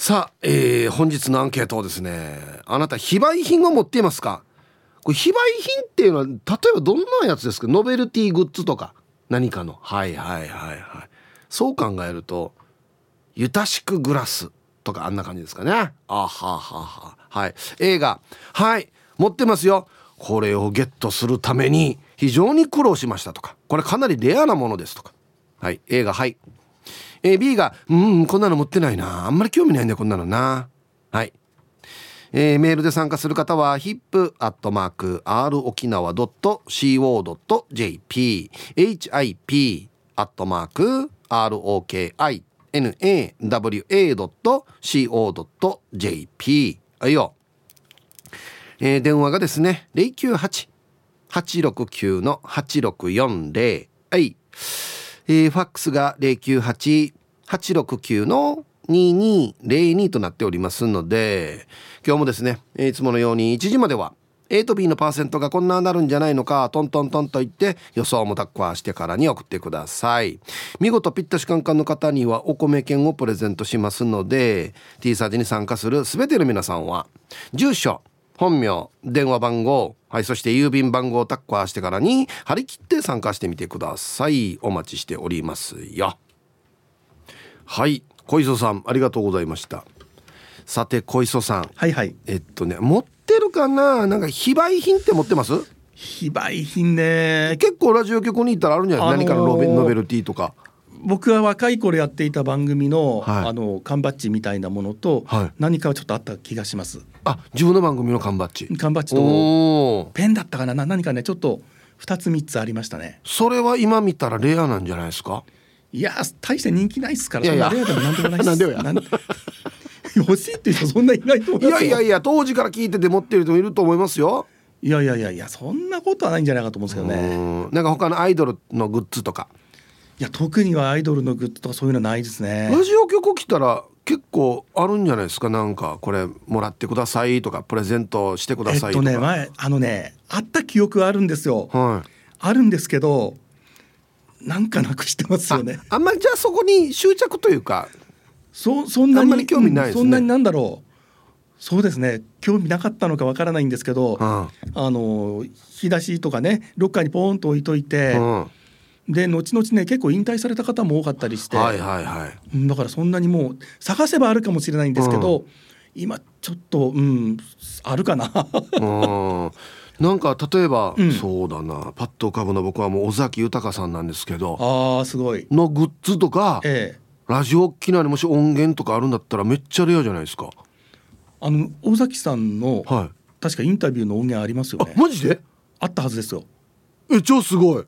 さあ、本日のアンケートをですね、あなた非売品を持っていますか？これ非売品っていうのは例えばどんなやつですか？ノベルティグッズとか何かの、はいはいはいはい、そう考えるとユタシクグラスとかあんな感じですかね。あははは、はい。映画、はい持ってますよ。これをゲットするために非常に苦労しましたとか、これかなりレアなものですとか、はい。映画、はい。B がこんなの持ってないな、あんまり興味ないんだよこんなのな、はい。メールで参加する方は hip@rokinawa.co.jp hip@rokinawa.co.jp はいよ。電話がですね 098-869-8640、 はい。ファックスが 098-869-2202 となっておりますので、今日もですね、いつものように1時までは A と B のパーセントがこんななるんじゃないのかトントントンと言って予想もタッカーしてからに送ってください。見事ピッタシカンカンの方にはお米券をプレゼントしますので、 T サージに参加するすべての皆さんは住所、本名、電話番号、はい、そして郵便番号をタッカーしてからに張り切って参加してみてください。お待ちしておりますよ。はい、小磯さんありがとうございました。さて小磯さん、 はいはい、 持ってるかな、なんか非売品って持ってます？ 非売品ね、 結構ラジオ局に行ったらあるんじゃないですか、何かのノベルティとか。 僕は若い頃やっていた番組の、 はい、 缶バッジみたいなものと、はい、何かはちょっとあった気がします。 あ、自分の番組の缶バッジとペンだったかな、何かねちょっと2つ3つありましたね。 それは今見たらレアなんじゃないですか？ いや大して人気ないですから。 いやいや、 そんなレアでもなんでもないです。 なんでよや欲しいっていう人そんないないと思いますよ。 いや当時から聞いてて持ってる人もいると思いますよ。 いやそんなことはないんじゃないかと思うんですけどね。 なんか他のアイドルのグッズとか。 いや特にはアイドルのグッズとかそういうのはないですね。 ラジオ局来たら結構あるんじゃないですか。なんかこれもらってくださいとかプレゼントしてくださいとか。 前あった記憶はあるんですよ、 はい、 あるんですけどなんかなくしてますよね。 あんまりじゃあそこに執着というかそんなにあんまり興味ないですね。 そんなになんだろう。そうですね、興味なかったのかわからないんですけど、引き出しとかねロッカーにポーンと置いといて、で後々ね結構引退された方も多かったりして、だからそんなにもう探せばあるかもしれないんですけど、今ちょっとあるかななんか例えば、そうだな、パッと浮かぶの僕はもう尾崎豊さんなんですけど、 すごいのグッズとか、ラジオ機能にもし音源とかあるんだったらめっちゃレアじゃないですか。 尾崎さんの、確かインタビューの音源ありますよね。 マジで？ あったはずですよ。 超すごい。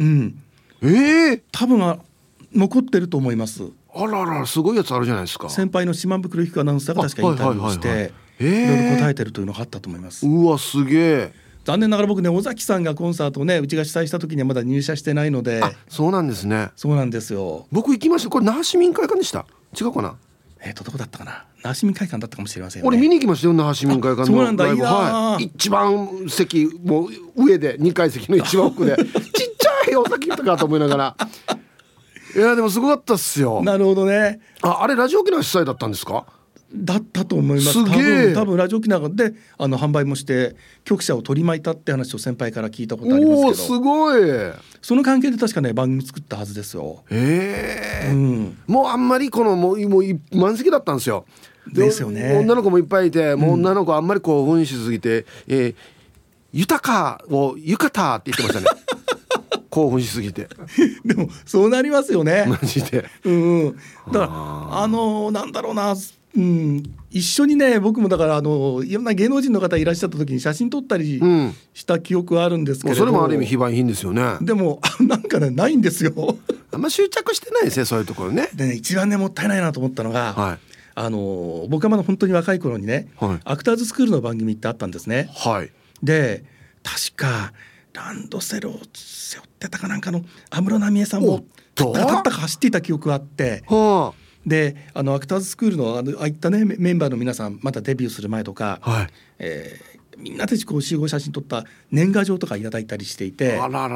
多分は残ってると思います。 あらら、すごいやつあるじゃないですか。 先輩の島袋彦アナウンサーが確かインタビューをしていろいろ答えてるというのがあったと思います。 うわすげえ。 残念ながら僕ね尾崎さんがコンサートをねうちが主催した時にはまだ入社してないので。 そうなんですね。 そうなんですよ。 僕行きました。これ那覇市民会館でした？違うかな。 どこだったかな。那覇市民会館だったかもしれませんね。 俺見に行きましたよ、那覇市民会館のライブ。 そうなんだ、いいな、 一番席もう上で2階席の一番奥でちっちゃいお先とかと思いながらいやでもすごかったっすよ。 なるほどね。 あれラジオ機能主催だったんですか？ だったと思います。 すげえ。 多分ラジオ機能で販売もして局者を取り巻いたって話を先輩から聞いたことありますけど。 すごい。 その関係で確かね番組作ったはずですよ。 もうあんまりこのもう満席だったんですよ。 ですよね。 女の子もいっぱいいて、もう女の子あんまり興奮しすぎて、豊かを浴衣って言ってましたね興奮しすぎてでもそうなりますよねマジで。 だからなんだろうな、一緒にね僕もだからいろんな芸能人の方いらっしゃった時に写真撮ったりした記憶はあるんですけれど、 それもある意味非売品ですよね。 でもなんかねないんですよあんま執着してないですね、そういうところね。 でね、一番ねもったいないなと思ったのが、僕はまだ本当に若い頃にね、アクターズスクールの番組ってあったんですね。で確かランドセルを背負ってたかなんかの安室奈美恵さんもたったか走っていた記憶があって、でアクターズスクールのああいったねメンバーの皆さんまたデビューする前とか、みんなでこう集合写真撮った年賀状とかいただいたりしていて、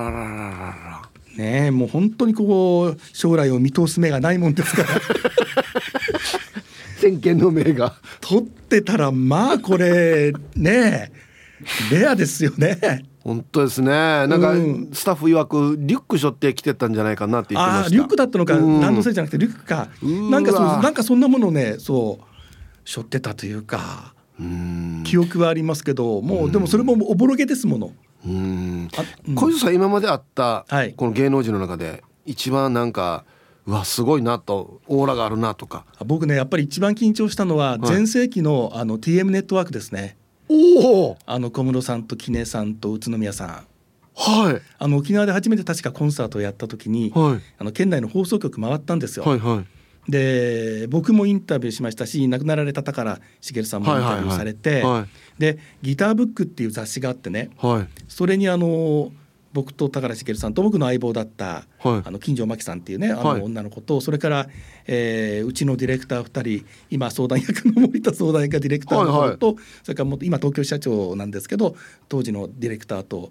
ねえもう本当にこう将来を見通す目がないもんですから先見の明が取ってたらまあこれねレアですよね。 本当ですね。なんかスタッフ曰くリュック背負ってきてたんじゃないかなって言ってました。 あ、リュックだったのか、ランドセルじゃなくてリュックか、なんかそんなものをね、そう背負ってたというか、記憶はありますけど、もうでもそれもおぼろげですもの。 小泉さん今まであったこの芸能人の中で一番なんかうわすごいなとオーラがあるなとか。 僕ねやっぱり一番緊張したのは全盛期のTM ネットワークですね。 お小室さんと木根さんと宇都宮さん、 はい、 沖縄で初めて確かコンサートをやった時に、はい、県内の放送局回ったんですよ。 はいはい、 で僕もインタビューしましたし、亡くなられた高茂さんもインタビューされて、でギターブックっていう雑誌があってね、はい、それに僕と高茂さんと僕の相棒だった、はい、金城真紀さんっていうね女の子と、それから、うちのディレクター2人、今相談役の森田相談役がディレクターの方と、それから今東京支社長なんですけど当時のディレクターと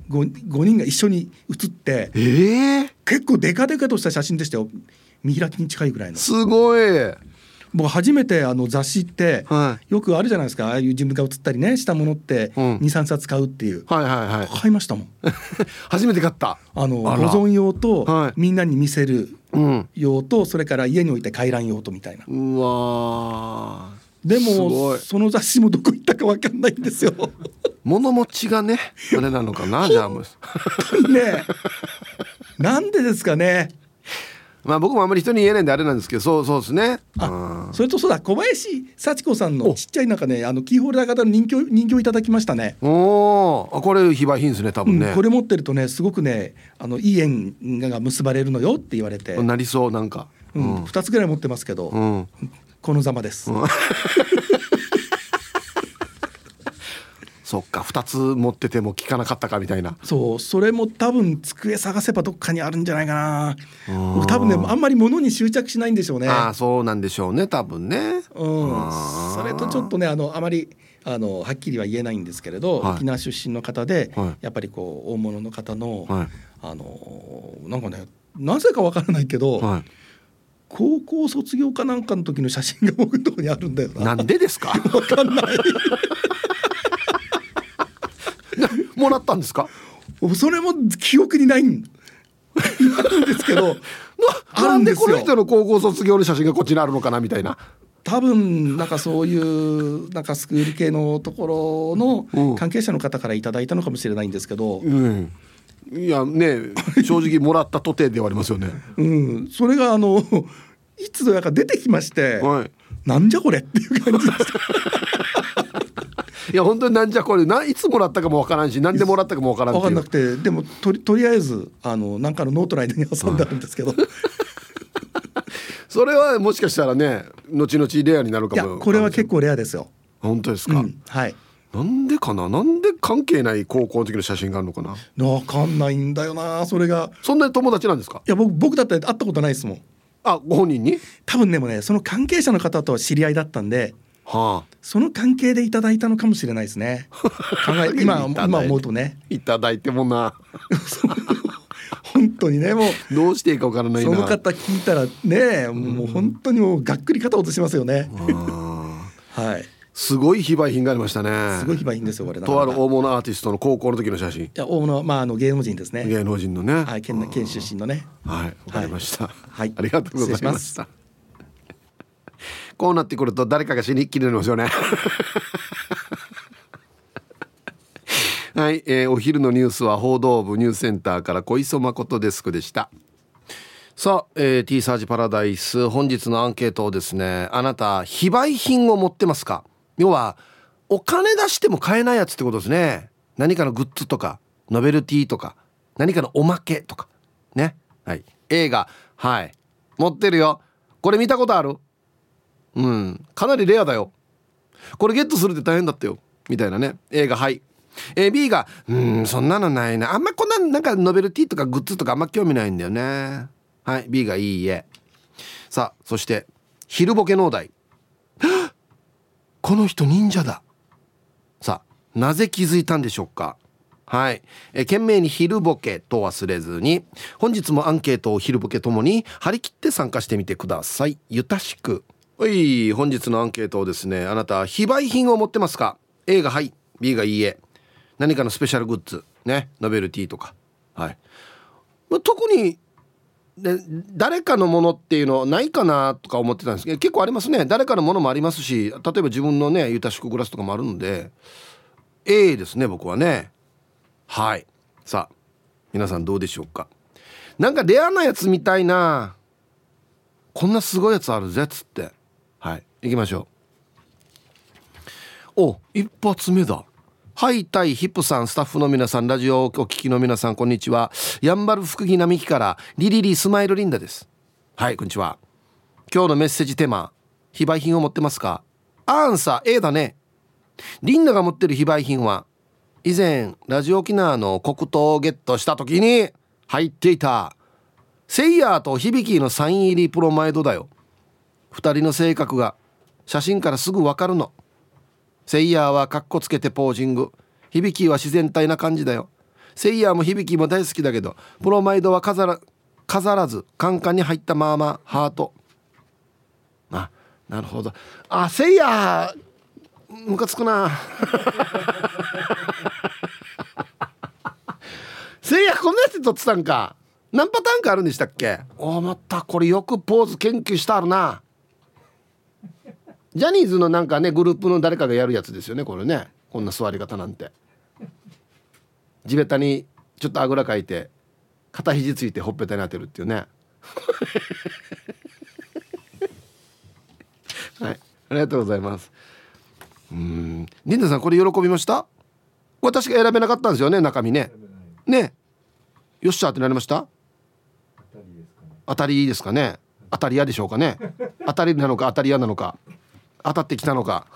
5人が一緒に写って、結構デカデカとした写真でしたよ。見開きに近いぐらいの。 すごい。 僕初めて雑誌って、よくあるじゃないですか、ああいう自分が写ったりねしたものって 2,3 冊買うっていう、買いましたもん初めて買った。 保存用と、みんなに見せる用と、それから家に置いて回覧用とみたいな。 うわでもその雑誌もどこ行ったか分かんないんですよ物持ちがねあれなのかなじゃあもうねなんでですかね。 まあ僕もあんまり人に言えないんであれなんですけど、そうですね。 それとそうだ、小林幸子さんのちっちゃい中ねキーホルダー型の人形いただきましたね。 これ非売品ですね多分ね、 これ持ってるとねすごくねいい縁が結ばれるのよって言われて。 なりそう。なんか、 2つぐらい持ってますけど、このざまです、 そっか、2つ持ってても効かなかったかみたいな。 それも多分机探せばどっかにあるんじゃないかな。僕多分ねあんまり物に執着しないんでしょうね。 そうなんでしょうね多分ね。 それとちょっとねあまりはっきりは言えないんですけれど、沖縄出身の方で、やっぱりこう大物の方の、なんかねなぜかわからないけど、高校卒業かなんかの時の写真が僕のところにあるんだよな。 なんでですかわかんないもらったんですか。 それも記憶にないんですけどなんでこの人の高校卒業の写真がこっちにあるのかなみたいな。 多分なんかそういうなんかスクール系のところの関係者の方からいただいたのかもしれないんですけど、 いやね正直もらったとてではありますよねそれがいつぞやか出てきまして、なんじゃこれっていう感じでしたいや本当になんじゃこれいつもらったかもわからんし、なんでもらったかもわからんっていう。 分かんなくて、でもとりあえずなんかのノートの間に挟んであるんですけどそれはもしかしたらね後々レアになるかも。 いやこれは結構レアですよ。 本当ですか。 はい。 なんでかな。なんで関係ない高校の時の写真があるのかな。 わかんないんだよなそれが。 そんなに友達なんですか。 いや僕だって会ったことないですもん。 ご本人に。 多分でもねその関係者の方と知り合いだったんで、その関係でいただいたのかもしれないですね今思うとね。 いただいてもな本当にねもうどうしていいか分からないな。 その方聞いたらねもう本当にもうがっくり肩落としますよねはい。 すごい非売品がありましたね。 すごい非売品ですよこれ。 とある大物アーティストの高校の時の写真。いや大物、芸能人ですね。 芸能人のね、 県出身のね。 わかりました、ありがとうございました。こうなってくると誰かが死にきれますよねはい、お昼のニュースは報道部ニュースセンターから小磯誠デスクでした。さあ、T サージパラダイス本日のアンケートをですね、あなた非売品を持ってますか。要はお金出しても買えないやつってことですね。何かのグッズとかノベルティとか何かのおまけとかね。はい、映画持ってるよ。これ見たことある。かなりレアだよ。これゲットするって大変だったよみたいなね。映画B がそんなのないな、あんまこんななんかノベルティとかグッズとかあんま興味ないんだよね。B がいいえ。さあそして昼ボケ農大この人忍者だ。さあなぜ気づいたんでしょうか。懸命に昼ボケと忘れずに本日もアンケートを昼ボケともに張り切って参加してみてください。ゆたしくはい、本日のアンケートをですね、あなた非売品を持ってますか？ A がはい、 B がいいえ。何かのスペシャルグッズね、ノベルティとか、はい、特にで誰かのものっていうのないかなとか思ってたんですけど、結構ありますね。誰かのものもありますし、例えば自分のねユタシコグラスとかもあるので A ですね、僕はね。はい、さあ皆さんどうでしょうか。なんかレアなやつみたいな、こんなすごいやつあるぜっつって、はい、行きましょう。お、一発目だ。はい、タイヒップさん、スタッフの皆さん、ラジオをお聞きの皆さん、こんにちは。やんばる福木並木からリリリスマイルリンダです。はい、こんにちは。今日のメッセージテーマ、非売品を持ってますか？アンサー A だね。リンダが持ってる非売品は、以前ラジオ沖縄の黒糖をゲットした時に入っていたセイヤーと響のサイン入りプロマイドだよ。二人の性格が写真からすぐわかるの。セイヤーはカッコつけてポージング、響は自然体な感じだよ。セイヤーも響も大好きだけど、プロマイドは飾らずカンカンに入ったままハート。あ、なるほど。あ、セイヤームカつくなセイヤーこんなやつ撮ってたんか。何パターンかあるんでしたっけ？またこれよくポーズ研究してあるな。ジャニーズのなんかねグループの誰かがやるやつですよね、これね。こんな座り方なんて、地べたにちょっとあぐらかいて肩肘ついてほっぺたに当てるっていうねはい、ありがとうございます。リンダさんこれ喜びました？私が選べなかったんですよね、中身ね。ね、よっしゃってなりました？当たりですかね。当たり屋でしょうかね。当たりなのか当たり屋なのか、当たってきたのか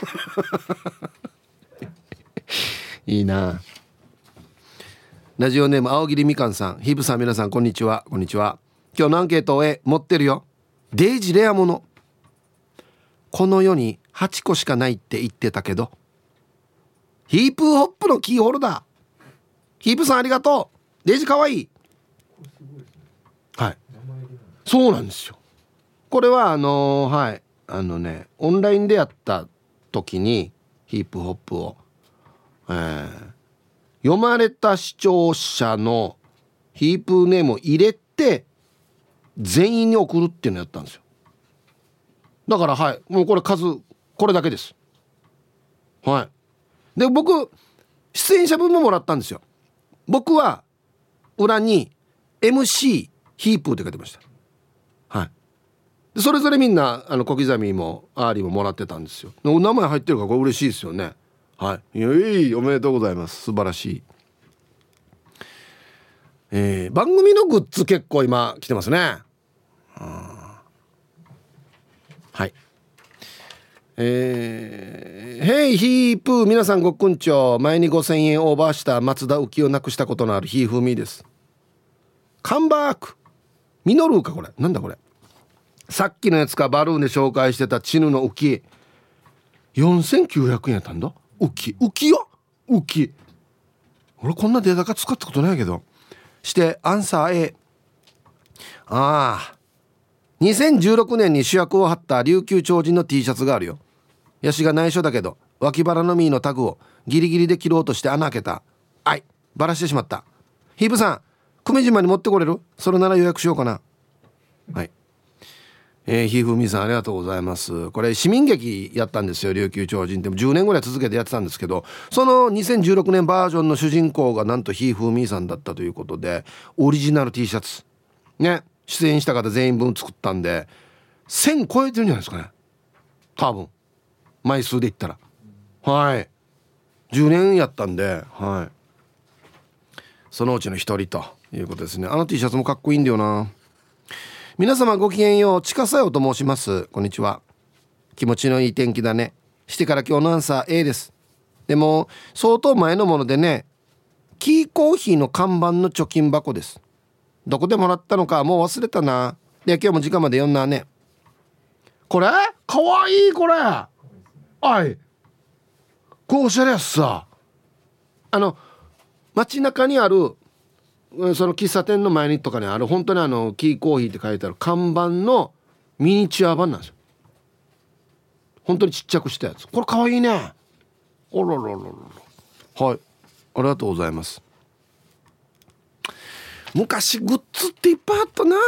いいな。ラジオネーム青桐みかんさん、ヒブさん、皆さんこんにちは。こんにちは。今日のアンケートを持ってるよ。デイジレアもの。この世に8個しかないって言ってたけど、ヒープホップのキーホルダー。ヒープさんありがとう。デイジかわいい。はい、そうなんですよ。これははいオンラインでやった時にヒープホップを、読まれた視聴者のヒープネームを入れて全員に送るっていうのをやったんですよ。だからはい、もうこれ数これだけです。はい。で僕出演者分ももらったんですよ。僕は裏に MC ヒープって書いてました。はい。でそれぞれみんな小刻みもアーリーももらってたんですよ。名前入ってるからこれ嬉しいですよね。はい。おめでとうございます。素晴らしい。番組のグッズ結構今来てますね。はい。ヘイヒープー、皆さんごっくんちょ。前に5000円オーバーした松田浮きをなくしたことのあるヒーフーミーです。カンバークミノルーか、これなんだこれ。さっきのやつか、バルーンで紹介してたチヌの浮き4900円やったんだ。浮きよ、浮き。俺こんなデータか使ったことないけど。してアンサー A。 2016年に主役を張った琉球超人の T シャツがあるよ。ヤシが内緒だけど脇腹のミーのタグをギリギリで切ろうとして穴開けた。バラしてしまった。ヒープさん久米島に持ってこれる？それなら予約しようかな。はい。ヒーフミさんありがとうございます。これ市民劇やったんですよ、琉球超人。でも10年ぐらい続けてやってたんですけど、その2016年バージョンの主人公がなんとヒーフミさんだったということで、オリジナル T シャツね、出演した方全員分作ったんで1000超えてるんじゃないですかね、多分枚数で言ったら。はい、10年やったんで、はい、そのうちの一人ということですね。あの T シャツもかっこいいんだよな。皆様ごきげんよう、ちかさよと申します。こんにちは。気持ちのいい天気だね。してから今日のアンサー A です。でも相当前のものでね、キーコーヒーの看板の貯金箱です。どこでもらったのかもう忘れたな。で今日も時間まで読んだね。これかわいい。これこうおしゃれやつさ、街中にあるその喫茶店の前にとかにある本当にキーコーヒーって書いてある看板のミニチュア版なんですよ。 本当にちっちゃくしたやつ、これかわいいね。おろろろろ、はい、ありがとうございます。昔グッズっていっぱいあったな。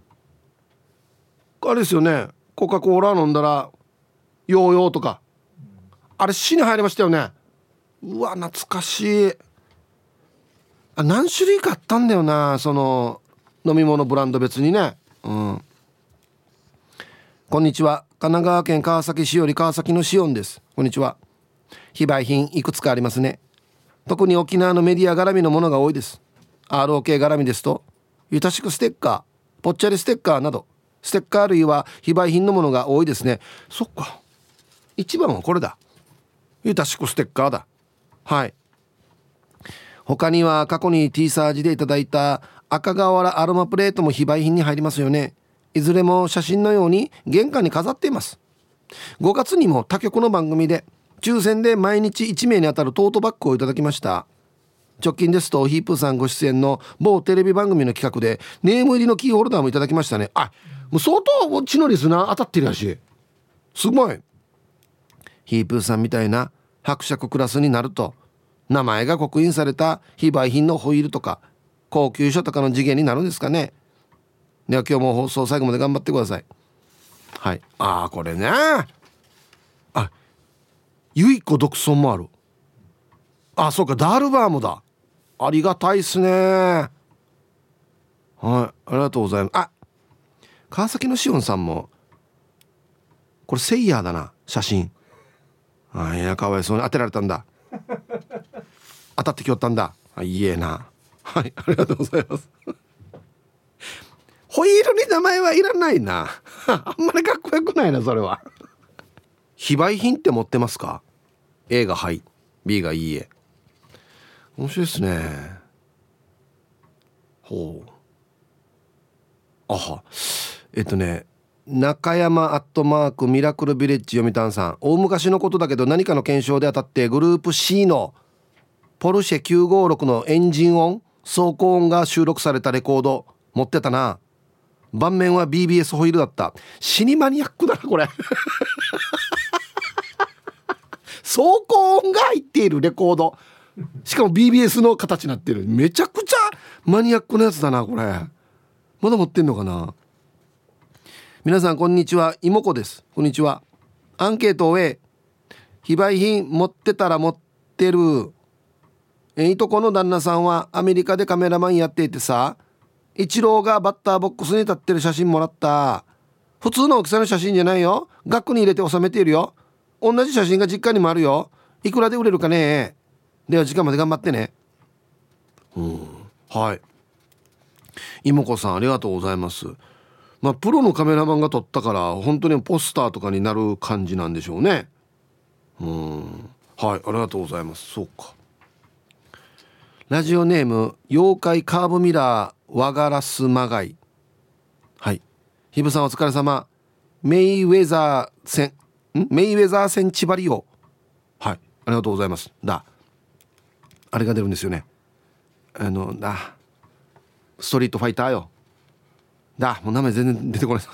あれですよね、コカ・コーラ飲んだらヨーヨーとか、あれ死に入りましたよね。うわ懐かしい。何種類かあったんだよな、その飲み物ブランド別にね。うん。こんにちは、神奈川県川崎市より川崎のシオンです。こんにちは。非売品いくつかありますね。特に沖縄のメディア絡みのものが多いです。 ROK 絡みですとゆたしくステッカー、ぽっちゃりステッカーなどステッカー類は非売品のものが多いですね。そっか、一番はこれだ、ゆたしくステッカーだ。はい。他には過去に T サージでいただいた赤瓦アロマプレートも非売品に入りますよね。いずれも写真のように玄関に飾っています。5月にも他局の番組で抽選で毎日1名に当たるトートバッグをいただきました。直近ですとヒープーさんご出演の某テレビ番組の企画でネーム入りのキーホルダーもいただきましたね。あ、もう相当うちのリスナー当たってるやし、すごい。ヒープーさんみたいな伯爵クラスになると名前が刻印された非売品のホイールとか高級書とかの次元になるんですかね。では今日も放送最後まで頑張ってください。はい。ああこれね、あ、ゆいこ独尊もある。あ、そうか、ダールバーもだ。ありがたいっすね。はい、ありがとうございます。あ、川崎のしおんさんもこれセイヤーだな、写真。あ、いやかわいそうに当てられたんだ。当たってきよったんだ。あ、いいえな。はい、ありがとうございます。ホイールに名前はいらないな。あんまりかっこよくないなそれは。非売品って持ってますか？ A がはい、 B がいいえ。面白いですね。ほう。あは。中山アットマークミラクルビレッジ読谷さん、大昔のことだけど何かの検証で当たってグループ C のポルシェ956のエンジン音、走行音が収録されたレコード持ってたな。盤面は BBS ホイールだった。死にマニアックだなこれ。走行音が入っているレコード、しかも BBS の形になってる。めちゃくちゃマニアックなやつだなこれ。まだ持ってんのかな。皆さんこんにちは、いもこです。こんにちは。アンケートを終え、非売品持ってたら持ってる。いとこの旦那さんはアメリカでカメラマンやっていてさ、イチローがバッターボックスに立ってる写真もらった。普通の大きさの写真じゃないよ、額に入れて収めているよ。同じ写真が実家にもあるよ。いくらで売れるかね。では時間まで頑張ってね。はい、妹子さんありがとうございます。まあプロのカメラマンが撮ったから本当にポスターとかになる感じなんでしょうね。はい、ありがとうございます。そうか。ラジオネーム妖怪カーブミラーワガラスマガイ。はい、ひぶさんお疲れ様。メイウェザー戦千葉リオ。はい、ありがとうございます。だ、あれが出るんですよね。ストリートファイターよ。だ、もう名前全然出てこない。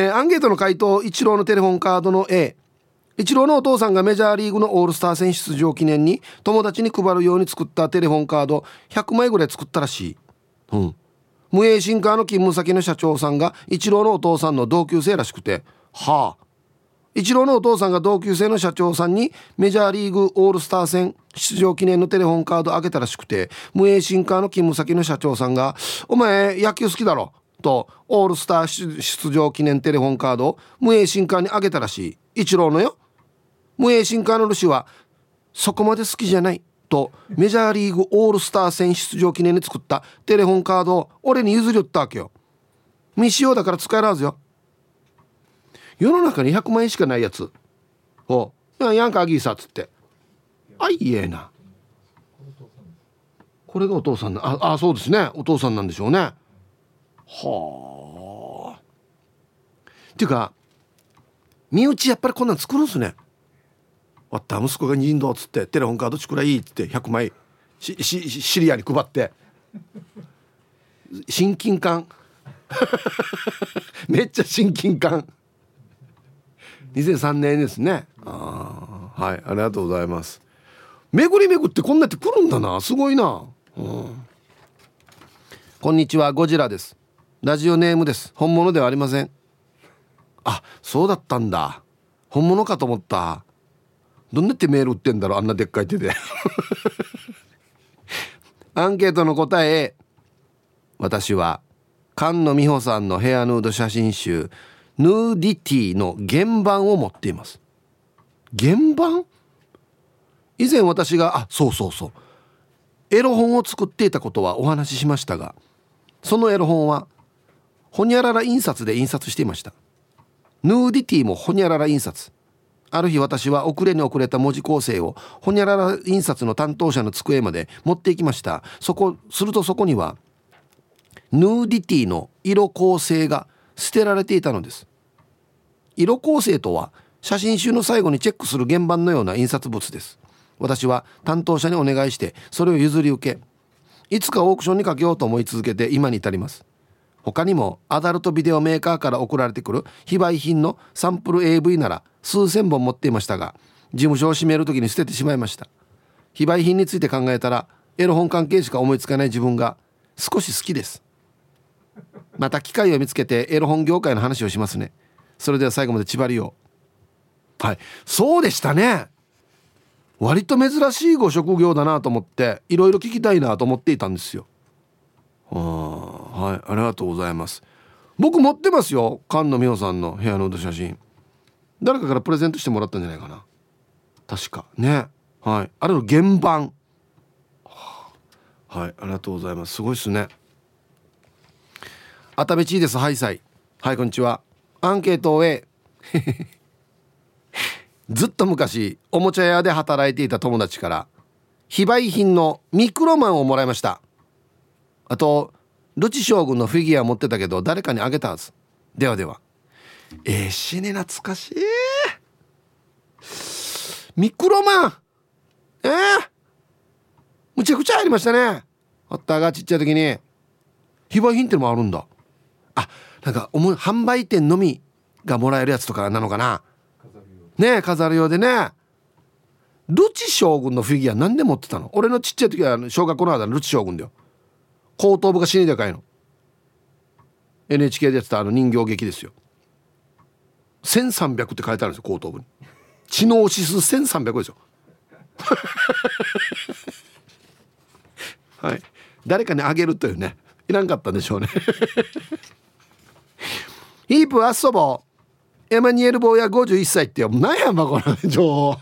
アンケートの回答、イチローのテレホンカードの A。 イチローのお父さんがメジャーリーグのオールスター戦出場記念に友達に配るように作ったテレホンカード100枚ぐらい作ったらしい。無営シンカーの勤務先の社長さんがイチローのお父さんの同級生らしくて、はあ、イチローのお父さんが同級生の社長さんにメジャーリーグオールスター戦出場記念のテレホンカードあげたらしくて、無営シンカーの勤務先の社長さんがお前野球好きだろとオールスター出場記念テレホンカードを無営シンカーにあげたらしい。イチローのよ。無営シンカーの主はそこまで好きじゃないとメジャーリーグオールスター戦出場記念に作ったテレホンカードを俺に譲り寄ったわけよ。未使用だから使えるはずよ。世の中に100万円しかないやつをヤンカーギーサっつって、あ、いいえな。これがお父さんあ、そうですね、お父さんなんでしょうね。はあ。っていうか身内やっぱりこんなん作るんすね。わった息子が人道っつってテレホンカードちくらいいっつって100枚シリアに配って親近感めっちゃ親近感。 2003年ですね。はい、ありがとうございます。巡り巡ってこんなって来るんだな、すごいな。こんにちは、ゴジラです。ラジオネームです。本物ではありません。あ、そうだったんだ。本物かと思った。どんなってメール売ってんだろう、あんなでっかい手でアンケートの答え、私は菅野美穂さんのヘアヌード写真集ヌーディティの原版を持っています。原版？以前私がそうエロ本を作っていたことはお話ししましたが、そのエロ本はホニャララ印刷で印刷していました。ヌーディティもホニャララ印刷。ある日私は遅れに遅れた文字構成をホニャララ印刷の担当者の机まで持っていきました。するとそこにはヌーディティの色構成が捨てられていたのです。色構成とは写真集の最後にチェックする原版のような印刷物です。私は担当者にお願いしてそれを譲り受け、いつかオークションにかけようと思い続けて今に至ります。他にもアダルトビデオメーカーから送られてくる非売品のサンプル AV なら数千本持っていましたが、事務所を閉める時に捨ててしまいました。非売品について考えたらエロ本関係しか思いつかない自分が少し好きです。また機会を見つけてエロ本業界の話をしますね。それでは最後まで千葉りを。はい、そうでしたね。割と珍しいご職業だなと思っていろいろ聞きたいなと思っていたんですよ。はい、ありがとうございます。僕持ってますよ、菅野美穂さんのヘアヌード写真。誰かからプレゼントしてもらったんじゃないかな、確かね。はい、あれの原版。はい、ありがとうございます。すごいですね。あたべちいです。はいさい。はい、こんにちは。アンケートを終えずっと昔おもちゃ屋で働いていた友達から非売品のミクロマンをもらいました。あとルチ将軍のフィギュア持ってたけど誰かにあげたはず。ではでは。死ね、懐かしい。ミクロマン、むちゃくちゃありましたね。あったがちっちゃい時に。非売品ってのもあるんだ。なんか販売店のみがもらえるやつとかなのかなね。飾るようでね。ルチ将軍のフィギュアなんで持ってたの？俺のちっちゃい時は小学校の間のルチ将軍だよ。後頭部が死にでかいの。 NHK でやってた人形劇ですよ。1300って書いてあるんですよ、後頭部に。知能指数1300ですよはい、誰かにあげるというね、いらんかったんでしょうねヒープアッソボーエマニエル坊や51歳ってよ、何やばこの情報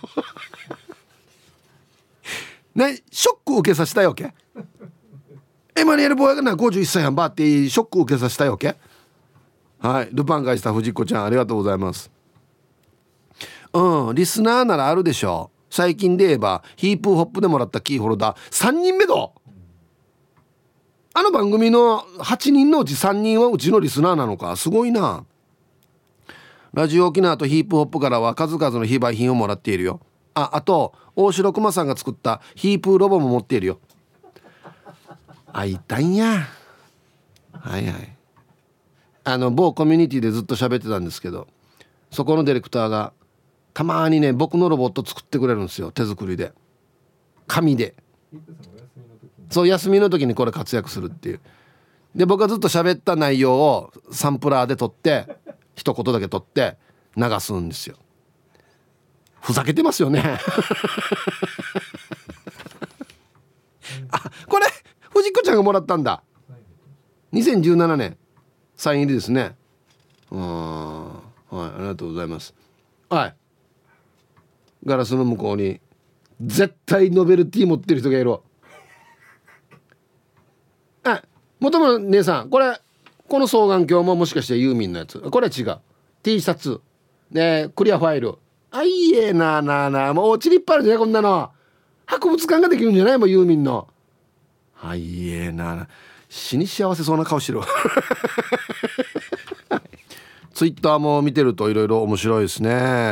ね、ショック受けさせたいわけ。エマニエル坊やがな51歳やんばってショック受けさせたいわけ。はい、ルパンがした藤子ちゃんありがとうございます。リスナーならあるでしょう。最近で言えばヒープホップでもらったキーホルダー3人目だ。あの番組の8人のうち3人はうちのリスナーなのか、すごいな。ラジオ沖縄とヒープホップからは数々の非売品をもらっているよ。あと大城熊さんが作ったヒープロボも持っているよ。いたんや。はいはい。某コミュニティでずっと喋ってたんですけど、そこのディレクターがたまにね僕のロボット作ってくれるんですよ、手作りで、紙で。そう、休みの時にこれ活躍するっていう。で僕がずっと喋った内容をサンプラーで撮って一言だけ撮って流すんですよ。ふざけてますよねこれ藤子ちゃんがもらったんだ。2017年サイン入りですね。はい、ありがとうございます。はい、ガラスの向こうに絶対ノベルティ持ってる人がいる。元々姉さん、この双眼鏡ももしかしてユーミンのやつ？これは違う。 T シャツでクリアファイル。いいえなもうおうちにいっぱいあるじゃん、こんなの。博物館ができるんじゃない？もうユーミンの。いいえな死に幸せそうな顔してるツイッターも見てるといろいろ面白いですね。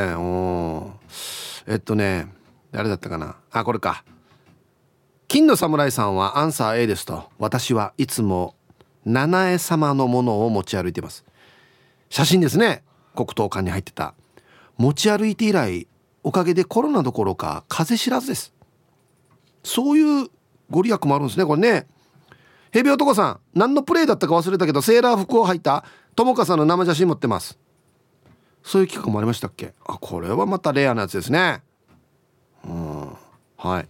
誰だったかな。これか。金の侍さんはアンサー A ですと。私はいつも七重様のものを持ち歩いています。写真ですね。黒糖缶に入ってた持ち歩いて以来おかげでコロナどころか風邪知らずです。そういうご利益もあるんですねこれね。ヘビ男さん、何のプレイだったか忘れたけどセーラー服を履いた友香さんの生写真持ってます。そういう企画もありましたっけ。あ、これはまたレアなやつですね。はい。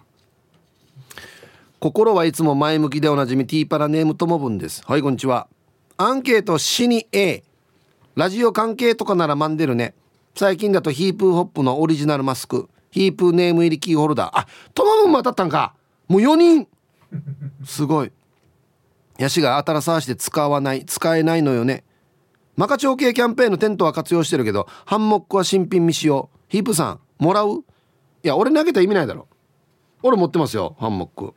心はいつも前向きでおなじみティーパラネームともぶんです。はい、こんにちは。アンケート死に A。 ラジオ関係とかならマンデルね。最近だとヒープーホップのオリジナルマスク、ヒープーネーム入りキーホルダー。あ、ともぶんも当たったんか。もう4人すごい。ヤシが当たらさわして使えないのよね。マカチョウ系キャンペーンのテントは活用してるけどハンモックは新品未使用。ヒープさんもらう？いや俺投げたら意味ないだろ。俺持ってますよハンモック。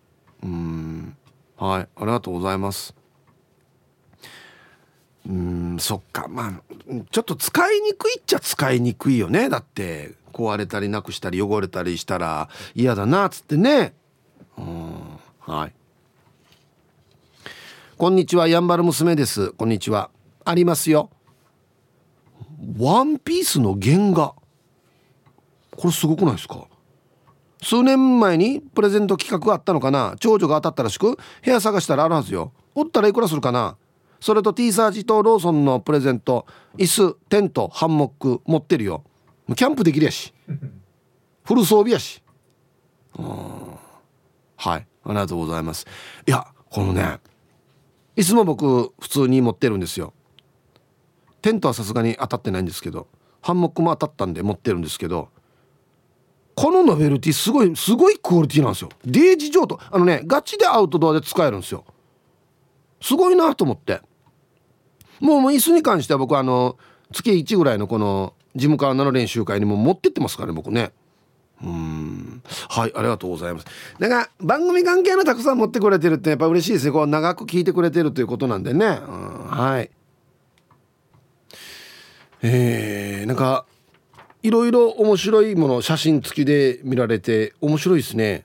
はい、ありがとうございます。そっか、まあちょっと使いにくいっちゃ使いにくいよね。だって壊れたりなくしたり汚れたりしたら嫌だなっつってね。はい。こんにちは、やんばる娘です。こんにちは。ありますよ、ワンピースの原画。これすごくないですか。数年前にプレゼント企画があったのかな。長女が当たったらしく部屋探したらあるはずよ。おったらいくらするかな。それと T サージとローソンのプレゼント、椅子、テント、ハンモック持ってるよ。キャンプできるやしフル装備やし。はい、ありがとうございます。いやこのね、いつも僕普通に持ってるんですよ。テントはさすがに当たってないんですけど、ハンモックも当たったんで持ってるんですけど、このノベルティすごいクオリティなんですよ。デイジ上等。ガチでアウトドアで使えるんですよ。すごいなと思って。もう椅子に関しては僕月1ぐらいのこの事務官の練習会にも持ってってますからね僕ね。はい、ありがとうございます。だから番組関係のたくさん持ってくれてるってやっぱ嬉しいですね。こう長く聞いてくれてるということなんでね。はい。なんかいろいろ面白いもの写真付きで見られて面白いですね。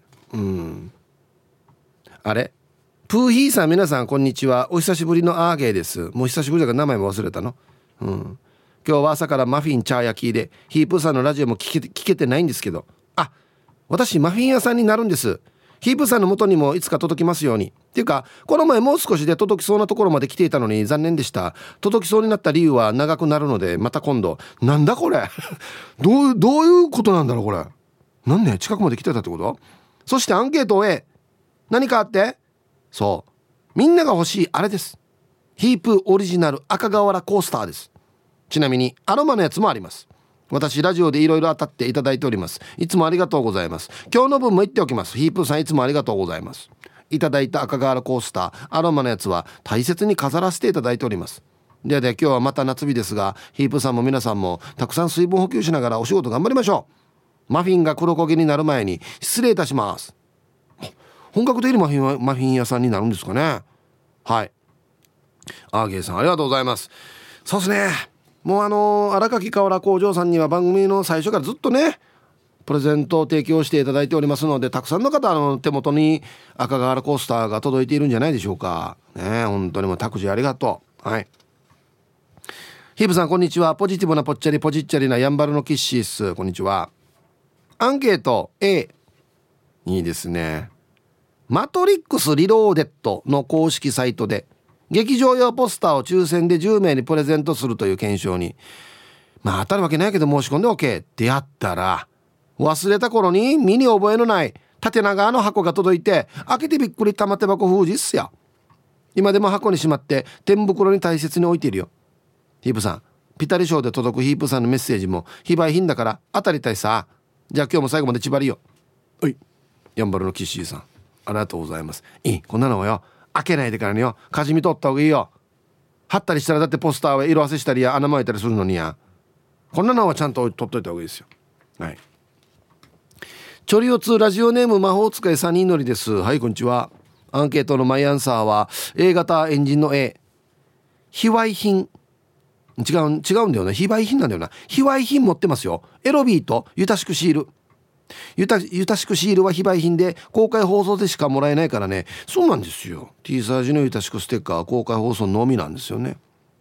あれプーヒーさん、皆さんこんにちは。お久しぶりのアーゲーです。もう久しぶりだから名前も忘れたの。今日は朝からマフィンチャー焼きでヒープーさんのラジオも聞けてないんですけど、私マフィン屋さんになるんです。ヒープーさんの元にもいつか届きますように。っていうかこの前もう少しで届きそうなところまで来ていたのに残念でした。届きそうになった理由は長くなるのでまた今度。なんだこれどういうことなんだろうこれ。なんで近くまで来てたってこと。そしてアンケートを何かあって、そうみんなが欲しいあれです。ヒープオリジナル赤瓦コースターです。ちなみにアロマのやつもあります。私ラジオでいろいろ当たっていただいております。いつもありがとうございます。今日の分も言っておきます。ヒープーさんいつもありがとうございます。いただいた赤瓦コースターアロマのやつは大切に飾らせていただいております。で今日はまた夏日ですが、ヒープーさんも皆さんもたくさん水分補給しながらお仕事頑張りましょう。マフィンが黒焦げになる前に失礼いたします。本格的にマフィン屋さんになるんですかね。はい、アーゲーさんありがとうございます。そうですね、もう荒垣河原工場さんには番組の最初からずっとねプレゼントを提供していただいておりますので、たくさんの方手元に赤瓦コースターが届いているんじゃないでしょうかね。本当にもうタクジーありがとう。はい、ヒープさんこんにちは。ポジティブなぽっちゃりポジッチャリなやんばるのキッシース、こんにちは。アンケート A、 いいですね。マトリックスリローデッドの公式サイトで劇場用ポスターを抽選で10名にプレゼントするという検証に、当たるわけないけど申し込んで OK ってやったら、忘れた頃に身に覚えのない縦長の箱が届いて、開けてびっくり玉手箱封じっすよ。今でも箱にしまって天袋に大切に置いているよ。ヒープさん、ピタリ賞で届くヒープさんのメッセージも非売品だから当たりたいさ。じゃあ今日も最後まで縛りよ。おい、やんばるのキッシーさんありがとうございます。こんなのはよ開けないでからによ、かじみ取った方がいいよ。貼ったりしたらだってポスターは色あせしたりや穴巻いたりするのにや、こんなのはちゃんと取っといた方がいいですよ。はい、チョリオ2ラジオネーム魔法使いサニーのりです。はい、こんにちは。アンケートのマイアンサーは A 型エンジンの A。 非売品、違うんだよな、非売品なんだよな。非売品持ってますよ。エロビーとユタシクシール。ユタシクシールは非売品で公開放送でしかもらえないからね。そうなんですよ。 T サージのユタシクステッカーは公開放送のみなんですよね。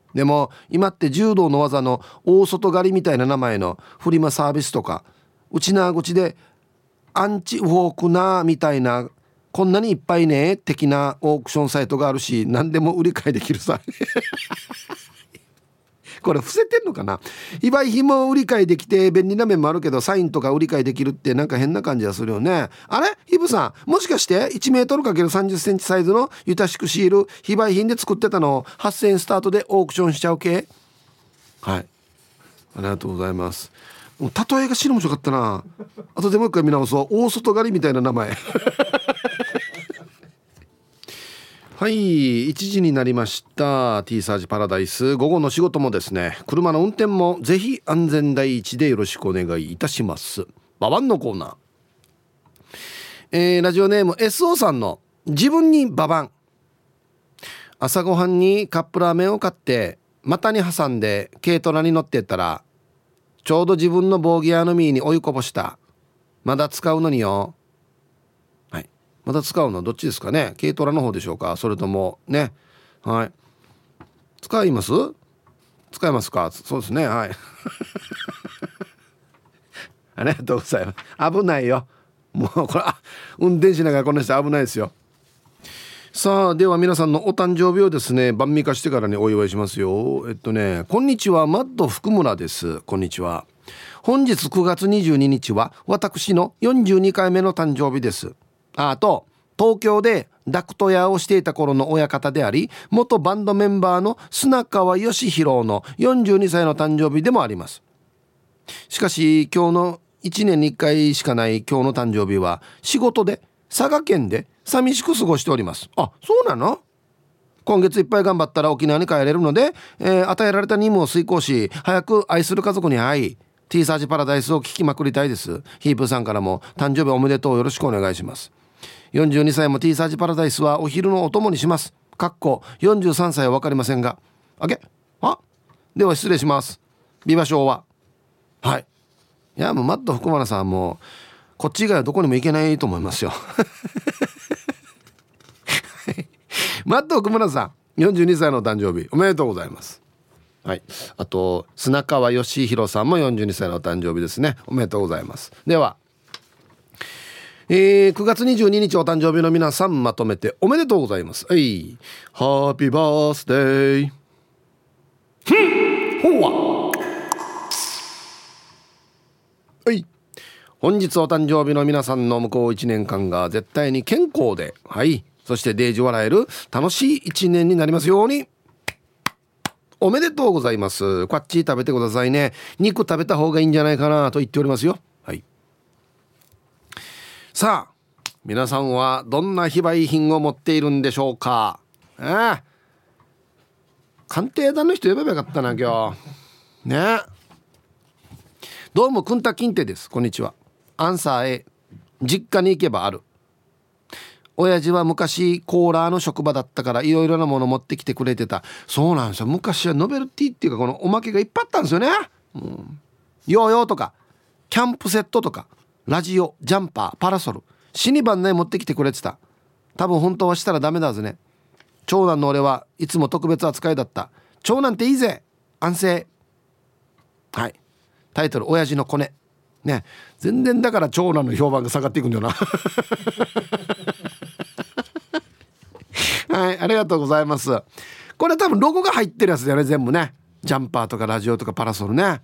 でも今って柔道の技の大外刈りみたいな名前のフリマサービスとか、うちな口でアンチウォークなみたいな、こんなにいっぱいね的なオークションサイトがあるし、何でも売り買いできるさこれ伏せてんのかな。非売品も売り買いできて便利な面もあるけど、サインとか売り買いできるってなんか変な感じがするよね。あれヒブさん、もしかして1メートル ×30 センチサイズのユタシクシール非売品で作ってたのを8000円スタートでオークションしちゃう系。はい、ありがとうございます。例えが死ぬ面白かったな。あとでもう一回見直そう。大外刈りみたいな名前はい、1時になりました。 T サージパラダイス、午後の仕事もですね、車の運転もぜひ安全第一でよろしくお願いいたします。ババンのコーナー、ラジオネーム SO さんの自分にババン。朝ごはんにカップラーメンを買って股に挟んで軽トラに乗ってったら、ちょうど自分のボーギアの実に追いこぼした。まだ使うのによ。また使うのはどっちですかね。軽トラの方でしょうか、それともね。はい、使いますか。そうですね、はいありがとうございます。危ないよ、もうこれ運転しながらこの人危ないですよ。さあ、では皆さんのお誕生日をですね、晩御飯してからにお祝いしますよ。こんにちは、マッド福村です。こんにちは。本日9月22日は私の42回目の誕生日です。あと東京でダクト屋をしていた頃の親方であり、元バンドメンバーの砂川義弘の42歳の誕生日でもあります。しかし今日の1年に1回しかない今日の誕生日は仕事で佐賀県で寂しく過ごしております。あ、そうなの。今月いっぱい頑張ったら沖縄に帰れるので、与えられた任務を遂行し、早く愛する家族に会い T サージパラダイスを聞きまくりたいです。ヒープさんからも誕生日おめでとう、よろしくお願いします。42歳も T サージパラダイスはお昼のお供にします。43歳は分かりませんが、では失礼します。ビバ昭和。はい、いやもうマット福村さんもこっち以外はどこにも行けないと思いますよマット福村さん42歳の誕生日おめでとうございます。はい、あと砂川義弘さんも42歳の誕生日ですね。おめでとうございます。では9月22日お誕生日の皆さん、まとめておめでとうございます。ハッピーバースデー。ほわ。はい。本日お誕生日の皆さんの向こう1年間が絶対に健康で、はい、そしてデージ笑える楽しい1年になりますように。おめでとうございます。こっち食べてくださいね。肉食べた方がいいんじゃないかなと言っておりますよ。はい。さあ、皆さんはどんな非売品を持っているんでしょうか。鑑定団の人呼べばよかったな今日ね。どうもくんたきんてです。こんにちは。アンサー A、 実家に行けばある。親父は昔コーラーの職場だったからいろいろなもの持ってきてくれてたそうなんですよ。昔はノベルティっていうかこのおまけがいっぱいあったんですよね。ヨーヨーとかキャンプセットとかラジオ、ジャンパー、パラソル、死に番内持ってきてくれてた。多分本当はしたらダメだぜね。長男の俺はいつも特別扱いだった。長男っていいぜ、安静。はい、タイトル親父のコネね。全然だから長男の評判が下がっていくんだよなはい、ありがとうございます。これ多分ロゴが入ってるやつだよね、全部ね。ジャンパーとかラジオとかパラソルね。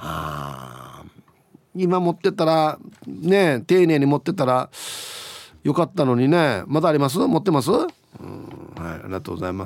今持ってたらね、丁寧に持ってたらよかったのにね。まだあります？持ってます？はい、ありがとうございます。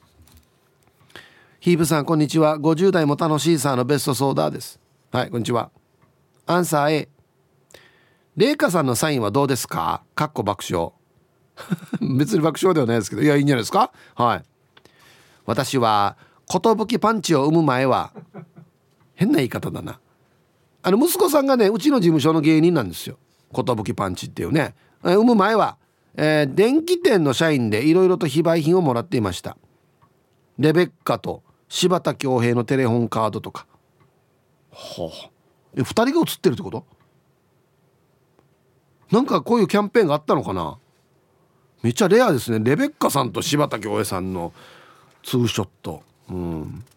ヒーブさんこんにちは。50代も楽しいさのベストソーダーです。はい、こんにちは。アンサー A、 レイカさんのサインはどうですか？かっこ爆笑別に爆笑ではないですけど、いや、いいんじゃないですか。はい、私は寿パンチを生む前は変な言い方だな。息子さんがね、うちの事務所の芸人なんですよ。寿パンチっていうね。生む前は、電気店の社員でいろいろと非売品をもらっていました。レベッカと柴田恭平のテレホンカードとか。2人が写ってるってこと？なんかこういうキャンペーンがあったのかな。めっちゃレアですね。レベッカさんと柴田恭平さんのツーショット。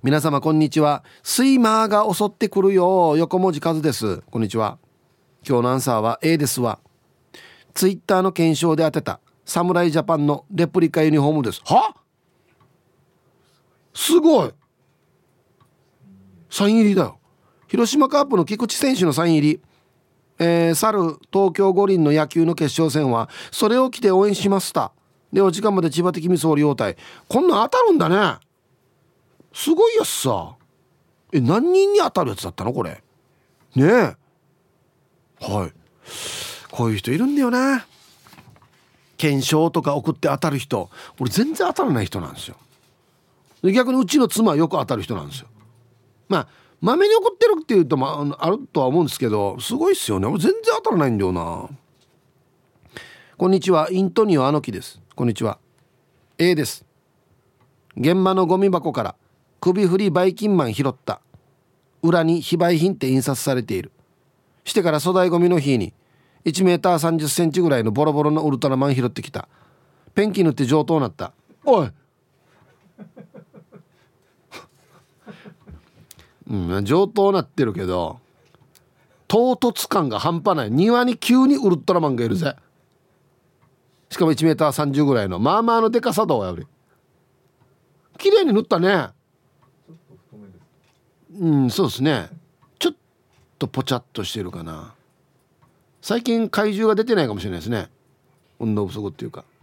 皆様こんにちは。睡魔が襲ってくるよ。横文字和です。こんにちは。今日のアンサーは A ですわ。ツイッターの検証で当てた侍ジャパンのレプリカユニフォームです。は？すごい。サイン入りだよ。広島カープの菊池選手のサイン入り。去る東京五輪の野球の決勝戦はそれを着て応援しました。でお時間まで千葉的味総理応対。こんなん当たるんだね。すごいやつさ。何人に当たるやつだったのこれねえ。はい、こういう人いるんだよな。検証とか送って当たる人、俺全然当たらない人なんですよ。で逆にうちの妻はよく当たる人なんですよ。まあまめに怒ってるっていうと、あるとは思うんですけど、すごいっすよね。俺全然当たらないんだよな。こんにちは、イントニオアノキです。こんにちは。 A です。現場のゴミ箱から首振りバイキンマン拾った。裏に非売品って印刷されている。してから粗大ゴミの日に1メーター30センチぐらいのボロボロのウルトラマン拾ってきた。ペンキ塗って上等なった。おい上等なってるけど唐突感が半端ない。庭に急にウルトラマンがいるぜ。しかも1メーター30ぐらいのまあまあのでかさだわより。綺麗に塗ったね。そうですね。ちょっとポチャっとしてるかな。最近怪獣が出てないかもしれないですね。運動不足っていうか。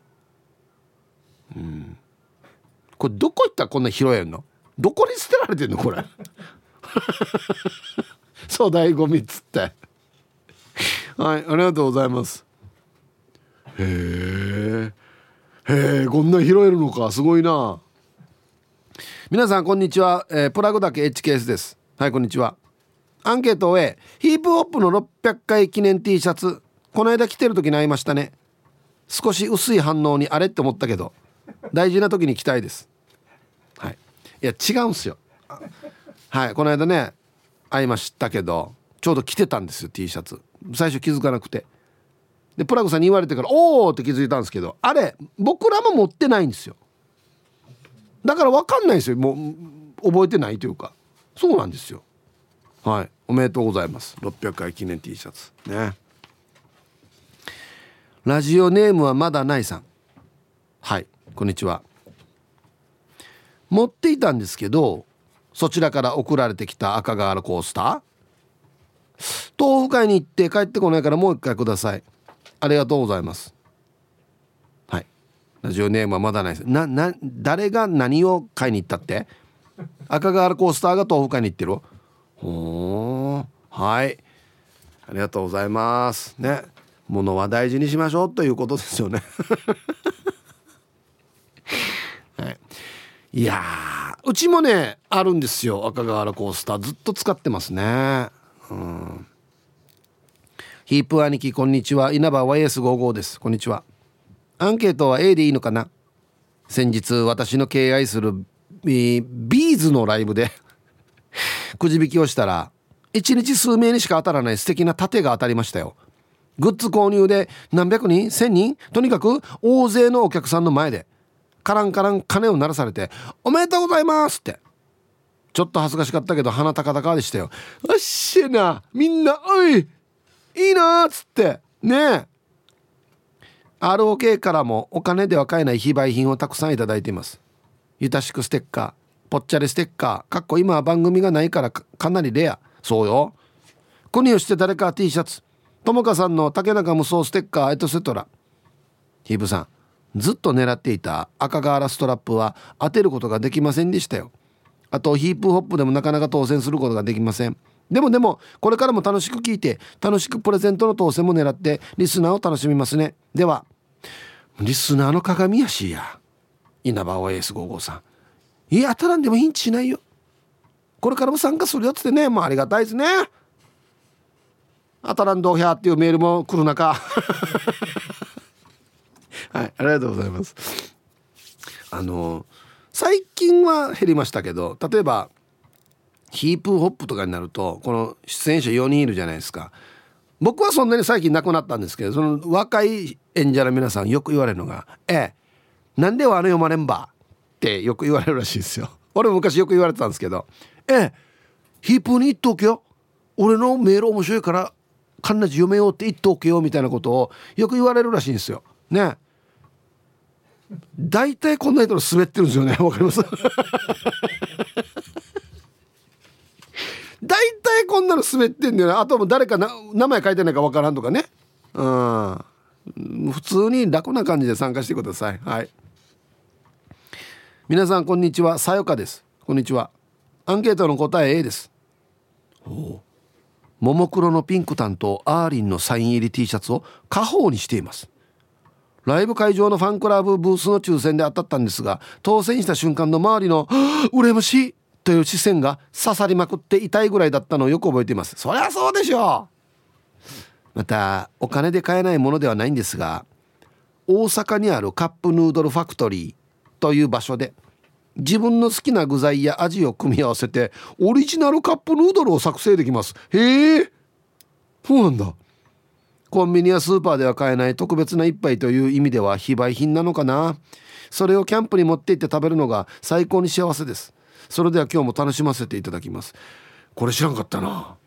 これどこ行ったらこんな拾えんの？どこに捨てられてんのこれ粗大ゴミっつってはい、ありがとうございます。へえ、こんな拾えるのか、すごいな。皆さんこんにちは、プラグだけ HKS です。はい、こんにちは。アンケートを A、ヒープホップの600回記念 T シャツ、この間着てる時に会いましたね。少し薄い反応にあれって思ったけど大事な時に着たいです。はい、いや違うんすよ。はい、この間ね会いましたけどちょうど着てたんですよ T シャツ。最初気づかなくて、でプラグさんに言われてからおーって気づいたんですけど、あれ僕らも持ってないんですよ。だから分かんないですよ。もう覚えてないというか、そうなんですよ。はい、おめでとうございます。600回記念 T シャツね。ラジオネームはまだないさん。はい、こんにちは。持っていたんですけどそちらから送られてきた赤瓦コースター、豆腐買いに行って帰ってこないからもう一回ください。ありがとうございます。はい、ラジオネームはまだないです。誰が何を買いに行ったって？赤瓦コースターが豆腐買いに行ってる。はい、ありがとうございますね。物は大事にしましょうということですよねはい、いやうちもねあるんですよ、赤瓦コースター。ずっと使ってますね。ヒープ兄貴こんにちは。稲葉 YS55 です。こんにちは。アンケートは A でいいのかな。先日私の敬愛するビーズのライブでくじ引きをしたら1日数名にしか当たらない素敵な盾が当たりましたよ。グッズ購入で何百人1000人とにかく大勢のお客さんの前でカランカラン鐘を鳴らされておめでとうございますって。ちょっと恥ずかしかったけど鼻高々でしたよ。あっしゃな、みんなおいいいなーっつってねえ。 ROK からもお金では買えない非売品をたくさんいただいています。ゆたしくステッカー、ぽっちゃりステッカー、かっこ今は番組がないから かなりレア。そうよ。国をして誰か T シャツ、ともかさんの竹中無双ステッカーエトセトラ。ヒープさんずっと狙っていた赤瓦ストラップは当てることができませんでしたよ。あとヒープホップでもなかなか当選することができません。でもこれからも楽しく聞いて楽しくプレゼントの当選も狙ってリスナーを楽しみますね。ではリスナーの鏡やしや稲葉 OS55 さん、いや当たらんでもヒンチしないよ。これからも参加するよっつってね、もうありがたいですね。当たらんどうひゃっていうメールも来る中はい、ありがとうございます。最近は減りましたけど、例えばヒープホップとかになるとこの出演者4人いるじゃないですか。僕はそんなに最近なくなったんですけど、その若い演者の皆さんよく言われるのがなんでは読まれんばってよく言われるらしいですよ俺も昔よく言われてたんですけど、ヒープーに言っておけよ、俺のメール面白いからかんなじ読めようって言っておけよみたいなことをよく言われるらしいんですよね。大体こんな人の滑ってるんですよね。わかります大体こんなの滑ってんだよね。あとも誰か名前書いてないかわからんとかね。普通に楽な感じで参加してください。はい。皆さんこんにちは、さよかです。こんにちは。アンケートの答え A です。ももクロのピンク担当アーリンのサイン入り T シャツを家宝にしています。ライブ会場のファンクラブブースの抽選で当たったんですが、当選した瞬間の周りの羨ましいという視線が刺さりまくって痛いぐらいだったのをよく覚えています。そりゃそうでしょう。またお金で買えないものではないんですが、大阪にあるカップヌードルファクトリーという場所で自分の好きな具材や味を組み合わせてオリジナルカップヌードルを作成できます。へえ、そうなんだ。コンビニやスーパーでは買えない特別な一杯という意味では非売品なのかな。それをキャンプに持って行って食べるのが最高に幸せです。それでは今日も楽しませていただきます。これ知らんかったな。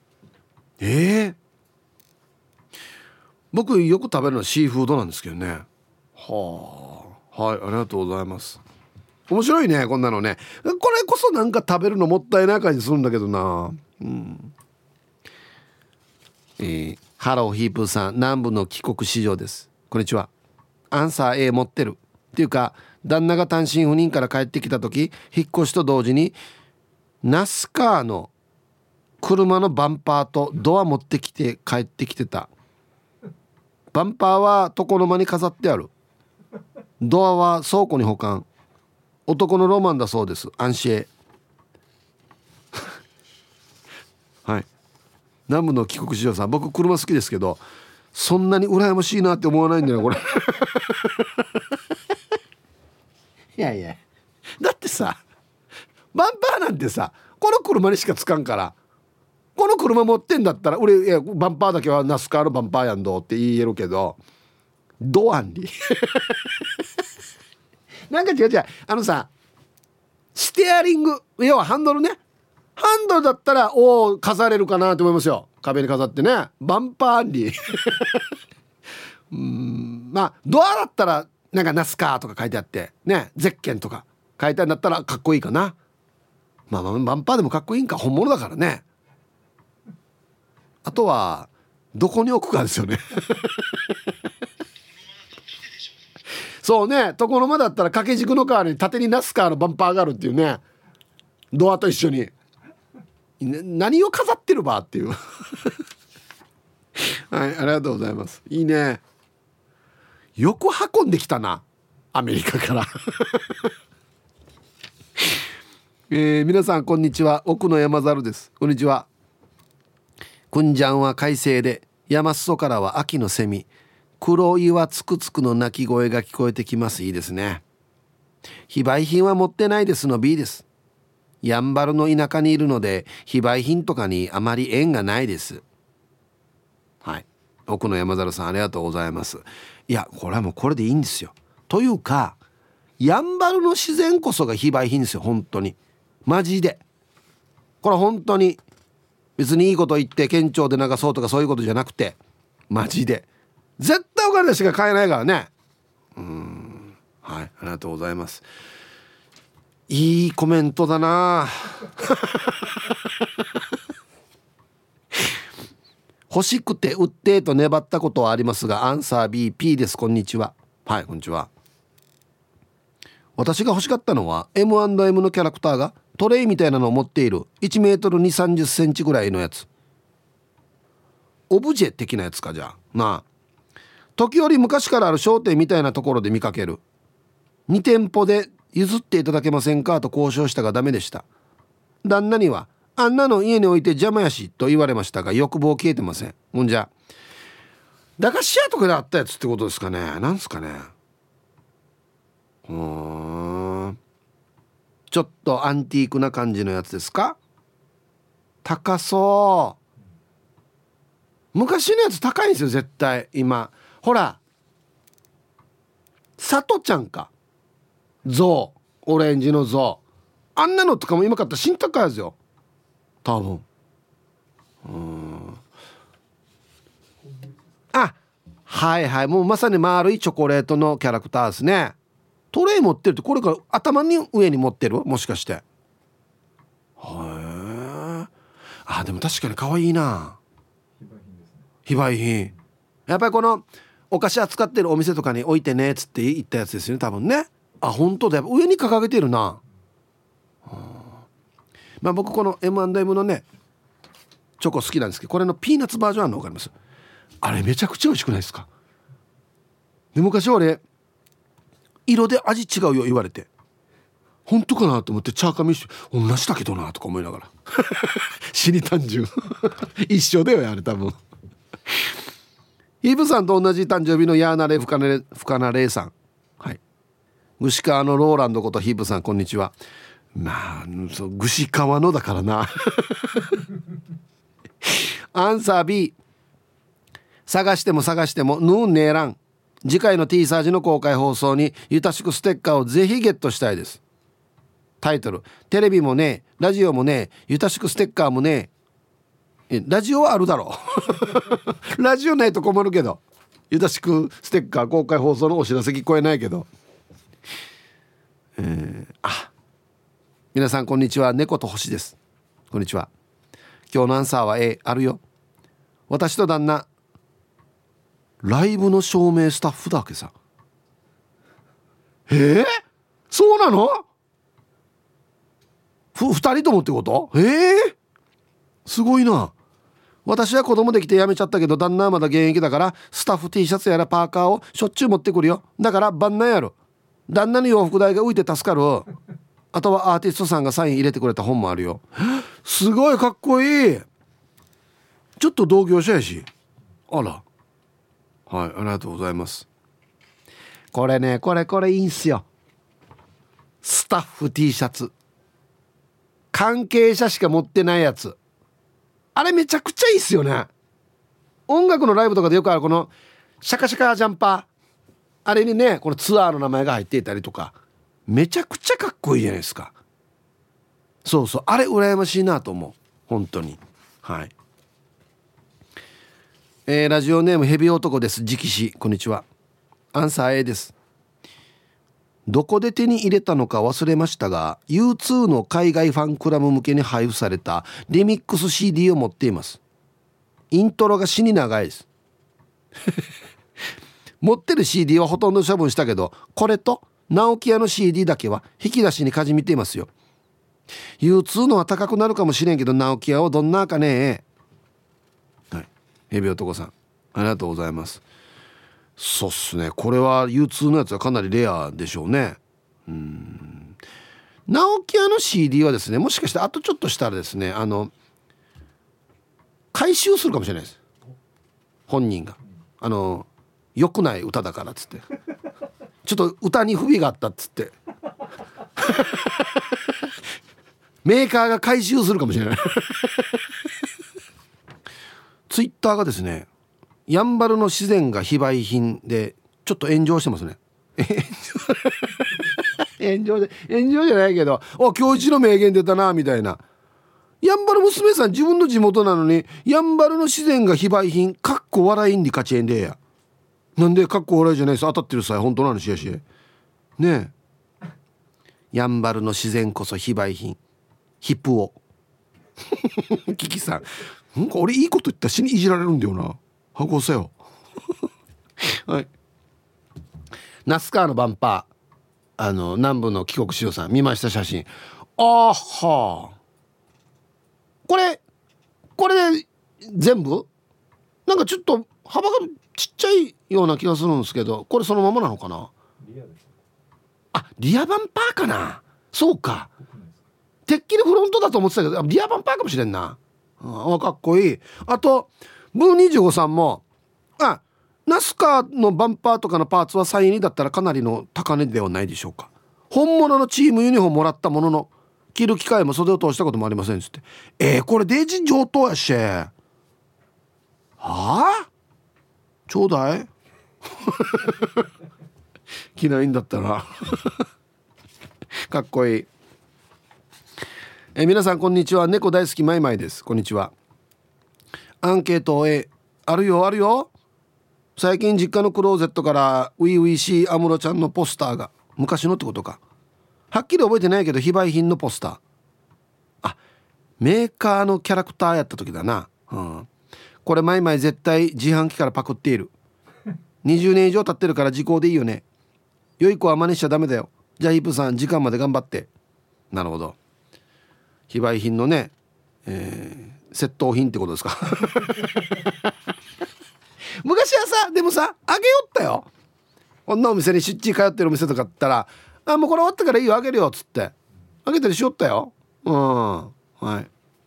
僕よく食べるのはシーフードなんですけどね。はい、ありがとうございます。面白いね、こんなのね。これこそなんか食べるのもったいない感じするんだけどな。ハローヒープーさん、南部の帰国子女です。こんにちは。アンサー A 持ってるっていうか、旦那が単身赴任から帰ってきた時、引っ越しと同時にナスカーの車のバンパーとドア持ってきて帰ってきてた。バンパーは床の間に飾ってある。ドアは倉庫に保管。男のロマンだそうです。アンシエはい。南部の帰国子女さん、僕車好きですけどそんなに羨ましいなって思わないんだよこれいやいや、だってさ、バンパーなんてさこの車にしかつかんから、この車持ってんだったら俺、いやバンパーだけはナスカーのバンパーやんどって言えるけど、ドアンリなんか違うさ、ステアリング、要はハンドルね、ハンドルだったら飾れるかなと思いますよ。壁に飾ってね。バンパーアンリまあドアだったらなんかナスカーとか書いてあってね、ゼッケンとか書いてあるんだったらかっこいいかな。まあバンパーでもかっこいいんか、本物だからね。あとはどこに置くかですよねそうね、床の間だったら掛け軸の代わりに縦にナスカーのバンパーがあるっていうね。ドアと一緒に何を飾ってるばっていうはい、ありがとうございます。いいね、よく運んできたな、アメリカから皆さんこんにちは、奥の山猿です。こんにちは。くんじゃんは快晴で、山裾からは秋のセミ、黒岩つくつくの鳴き声が聞こえてきます。いいですね。非売品は持ってないですの B です。やんばるの田舎にいるので非売品とかにあまり縁がないです。はい、奥の山猿さんありがとうございます。いやこれはもうこれでいいんですよ。というかやんばるの自然こそが非売品ですよ、本当にマジで。これ本当に別にいいこと言って県庁で流そうとかそういうことじゃなくて、マジで絶対お金出しか買えないからね。はい、ありがとうございます。いいコメントだな欲しくて売ってと粘ったことはありますが、アンサー BP です。こんにちは。はい、こんにちは。私が欲しかったのは M&M のキャラクターがトレイみたいなのを持っている1メートル2、30センチぐらいのやつ、オブジェ的なやつか。じゃあなあ、時折昔からある商店みたいなところで見かける。2店舗で譲っていただけませんかと交渉したがダメでした。旦那にはあんなの家に置いて邪魔やしと言われましたが、欲望消えてません。ほんじゃ駄菓子屋とかであったやつってことですかね。なんすかね。ちょっとアンティークな感じのやつですか。高そう。昔のやつ高いんですよ絶対。今ほらさとちゃんか、ゾウ、オレンジのゾウ、 あんなのとかも今買ったら新高いやつよ多分。あ、はいはい、もうまさに丸いチョコレートのキャラクターですね。トレイ持ってるって、これから頭に上に持ってる、もしかして。へえ。あ、でも確かに可愛いな。非売品。やっぱりこのお菓子扱ってるお店とかに置いてねっつって言ったやつですよね多分ね。あ、本当だ、やっぱ上に掲げてるな。まあ僕この M&M のねチョコ好きなんですけど、これのピーナッツバージョンあるの分かります？あれめちゃくちゃ美味しくないですか？で昔俺色で味違うよ言われて、本当かなと思ってチャーカミして同じだけどなとか思いながら死に単純一緒だよあれ多分。イブさんと同じ誕生日のヤーナレフカナレイさん、はい、串川のローランドことヒブさん、こんにちは。まあそう串川のだからなアンサー B、 探しても探してもヌーンネーラン。次回の T サージの公開放送にゆたしくステッカーをぜひゲットしたいです。タイトル、テレビもねラジオもねゆたしくステッカーもね。ラジオはあるだろうラジオないと困るけど、ゆたしくステッカー公開放送のお知らせ聞こえないけど、あ、皆さんこんにちは、猫と星です。こんにちは。今日のアンサーは A、 あるよ。私と旦那ライブの照明スタッフだけさ。そうなの？2人ともってこと？すごいな。私は子供できて辞めちゃったけど旦那はまだ現役だからスタッフ T シャツやらパーカーをしょっちゅう持ってくるよ。だから晩年やる。旦那の洋服代が浮いて助かる。あとはアーティストさんがサイン入れてくれた本もあるよ。すごいかっこいい。ちょっと同業者やし。あら、はい、ありがとうございます。これね、これいいんすよ。スタッフ T シャツ、関係者しか持ってないやつ、あれめちゃくちゃいいっすよね。音楽のライブとかでよくあるこのシャカシャカジャンパー、あれにねこのツアーの名前が入っていたりとか、めちゃくちゃかっこいいじゃないですか。そうそう、あれ羨ましいなと思う本当に。はい、ラジオネームヘビ男です。直視、こんにちは。アンサー A です。どこで手に入れたのか忘れましたが U2 の海外ファンクラブ向けに配布されたリミックス CD を持っています。イントロが死に長いです持ってる CD はほとんど処分したけど、これと直木屋の CD だけは引き出しにかじみていますよ。 U2 のは高くなるかもしれんけど直木屋はどんなかね。はい、ヘビ男さんありがとうございます。そうっすね、これは U2 のやつはかなりレアでしょうね。直木屋の CD はですね、もしかしてあとちょっとしたらですね回収するかもしれないです。本人が良くない歌だからっつってちょっと歌に不備があったっつってメーカーが回収するかもしれないツイッターがですね、やんばるの自然が非売品でちょっと炎上してますね炎上じゃないけど、今日一の名言出たなみたいな。やんばる娘さん自分の地元なのにやんばるの自然が非売品かっこ笑いんに勝ちえんでや。なんでかっこ笑いじゃないです。当たってるさ、本当の話やしねえ。やんばるの自然こそ非売品、ヒップをキキさん、なんか俺いいこと言ったら死にいじられるんだよな。はごせよはい、ナスカーのバンパー、南部の帰国子女さん見ました、写真。あーはー、これで全部なんかちょっと幅がちっちゃいような気がするんですけど、これそのままなのかな。リアバンパーかな。そうか、てっきりフロントだと思ってたけどリアバンパーかもしれんな。かっこいい。あとブー25さんもナスカのバンパーとかのパーツはサイン入りだったらかなりの高値ではないでしょうか。本物のチームユニフォームもらったものの着る機会も袖を通したこともありませんっつって。これデジ上等やし、ちょうだい着ないんだったらかっこいい。 皆さんこんにちは。猫大好きマイマイです。こんにちは。アンケート A、 あるよあるよ。最近実家のクローゼットからウィウィしい安室ちゃんのポスターが、昔のってことか、はっきり覚えてないけど非売品のポスター、あ、メーカーのキャラクターやった時だな、うん、これマイマイ絶対自販機からパクっている。20年以上経ってるから時効でいいよね。良い子は真似しちゃダメだよ。じゃあヒップさん時間まで頑張って。なるほど、非売品のね、窃盗品ってことですか。昔はさ、でもさ、あげよったよ。こんなお店にしっちり通ってるお店とかあったら、あ、もうこれ終わったからいいよあげるよっつってあげたりしよったよ。うん、はい。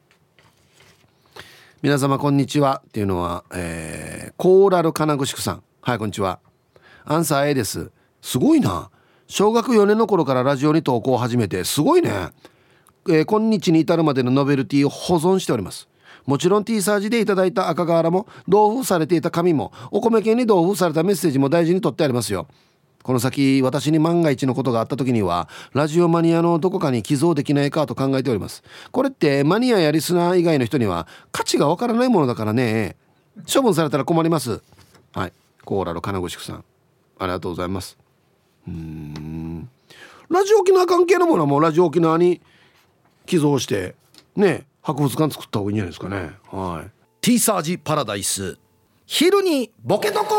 皆様こんにちはっていうのは、コーラル金具宿さん、はい、こんにちは。アンサー A です。すごいな。小学4年の頃からラジオに投稿を始めてすごいね。今日に至るまでのノベルティを保存しております。もちろん T サージでいただいた赤瓦も同封されていた紙もお米券に同封されたメッセージも大事に取ってありますよ。この先私に万が一のことがあった時にはラジオマニアのどこかに寄贈できないかと考えております。これってマニアやリスナー以外の人には価値がわからないものだからね。処分されたら困ります。はい、コーラル金越さんありがとうございます。ラジオ沖縄関係のものはもうラジオ沖縄に寄贈してね、博物館作った方がいいんじゃないですかね。はい。 T サージパラダイス、昼にボケとこ。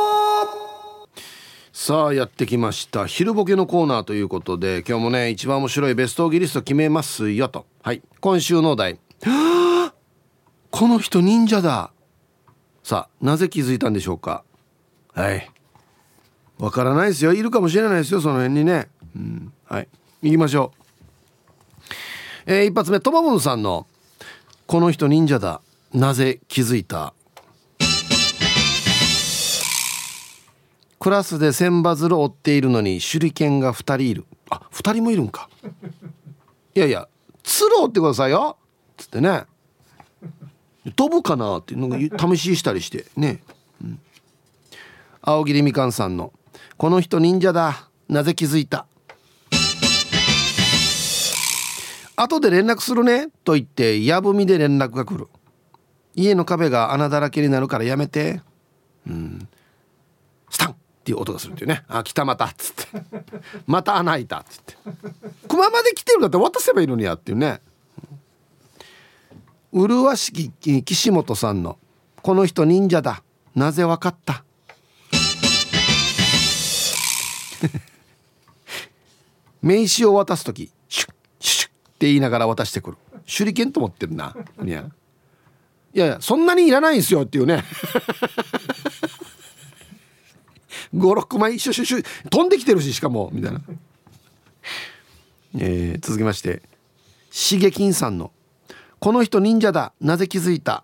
さあやってきました昼ボケのコーナーということで、今日もね一番面白いベストギリスト決めますよと。はい、今週のお題、この人忍者だ。さあなぜ気づいたんでしょうか。はい、わからないですよ。いるかもしれないですよ、その辺にね。はい、行きましょう。一発目、ともぶんさんのこの人忍者だ、なぜ気づいた。クラスで千羽鶴を追っているのに手裏剣が2人いる。あ、2人もいるんか。いやいや、鶴を追ってくださいよつってね、飛ぶかなっていうのが試ししたりしてね、青桐みかんさんのこの人忍者だ、なぜ気づいた。後で連絡するねと言ってやぶみで連絡が来る。家の壁が穴だらけになるからやめて。スタンっていう音がするっていうね。あ、来たまたっつってまた穴開いたっつって熊まで来てるんだって渡せばいいのにやっていうね。麗しき岸本さんのこの人忍者だ、なぜわかった。名刺を渡すときシュッシュッって言いながら渡してくる。手裏剣と思ってるな。いやいやそんなにいらないんですよっていうね。5,6 枚シュシュシュ飛んできてるし、しかもみたいな。続きましてしげきんさんのこの人忍者だ、なぜ気づいた。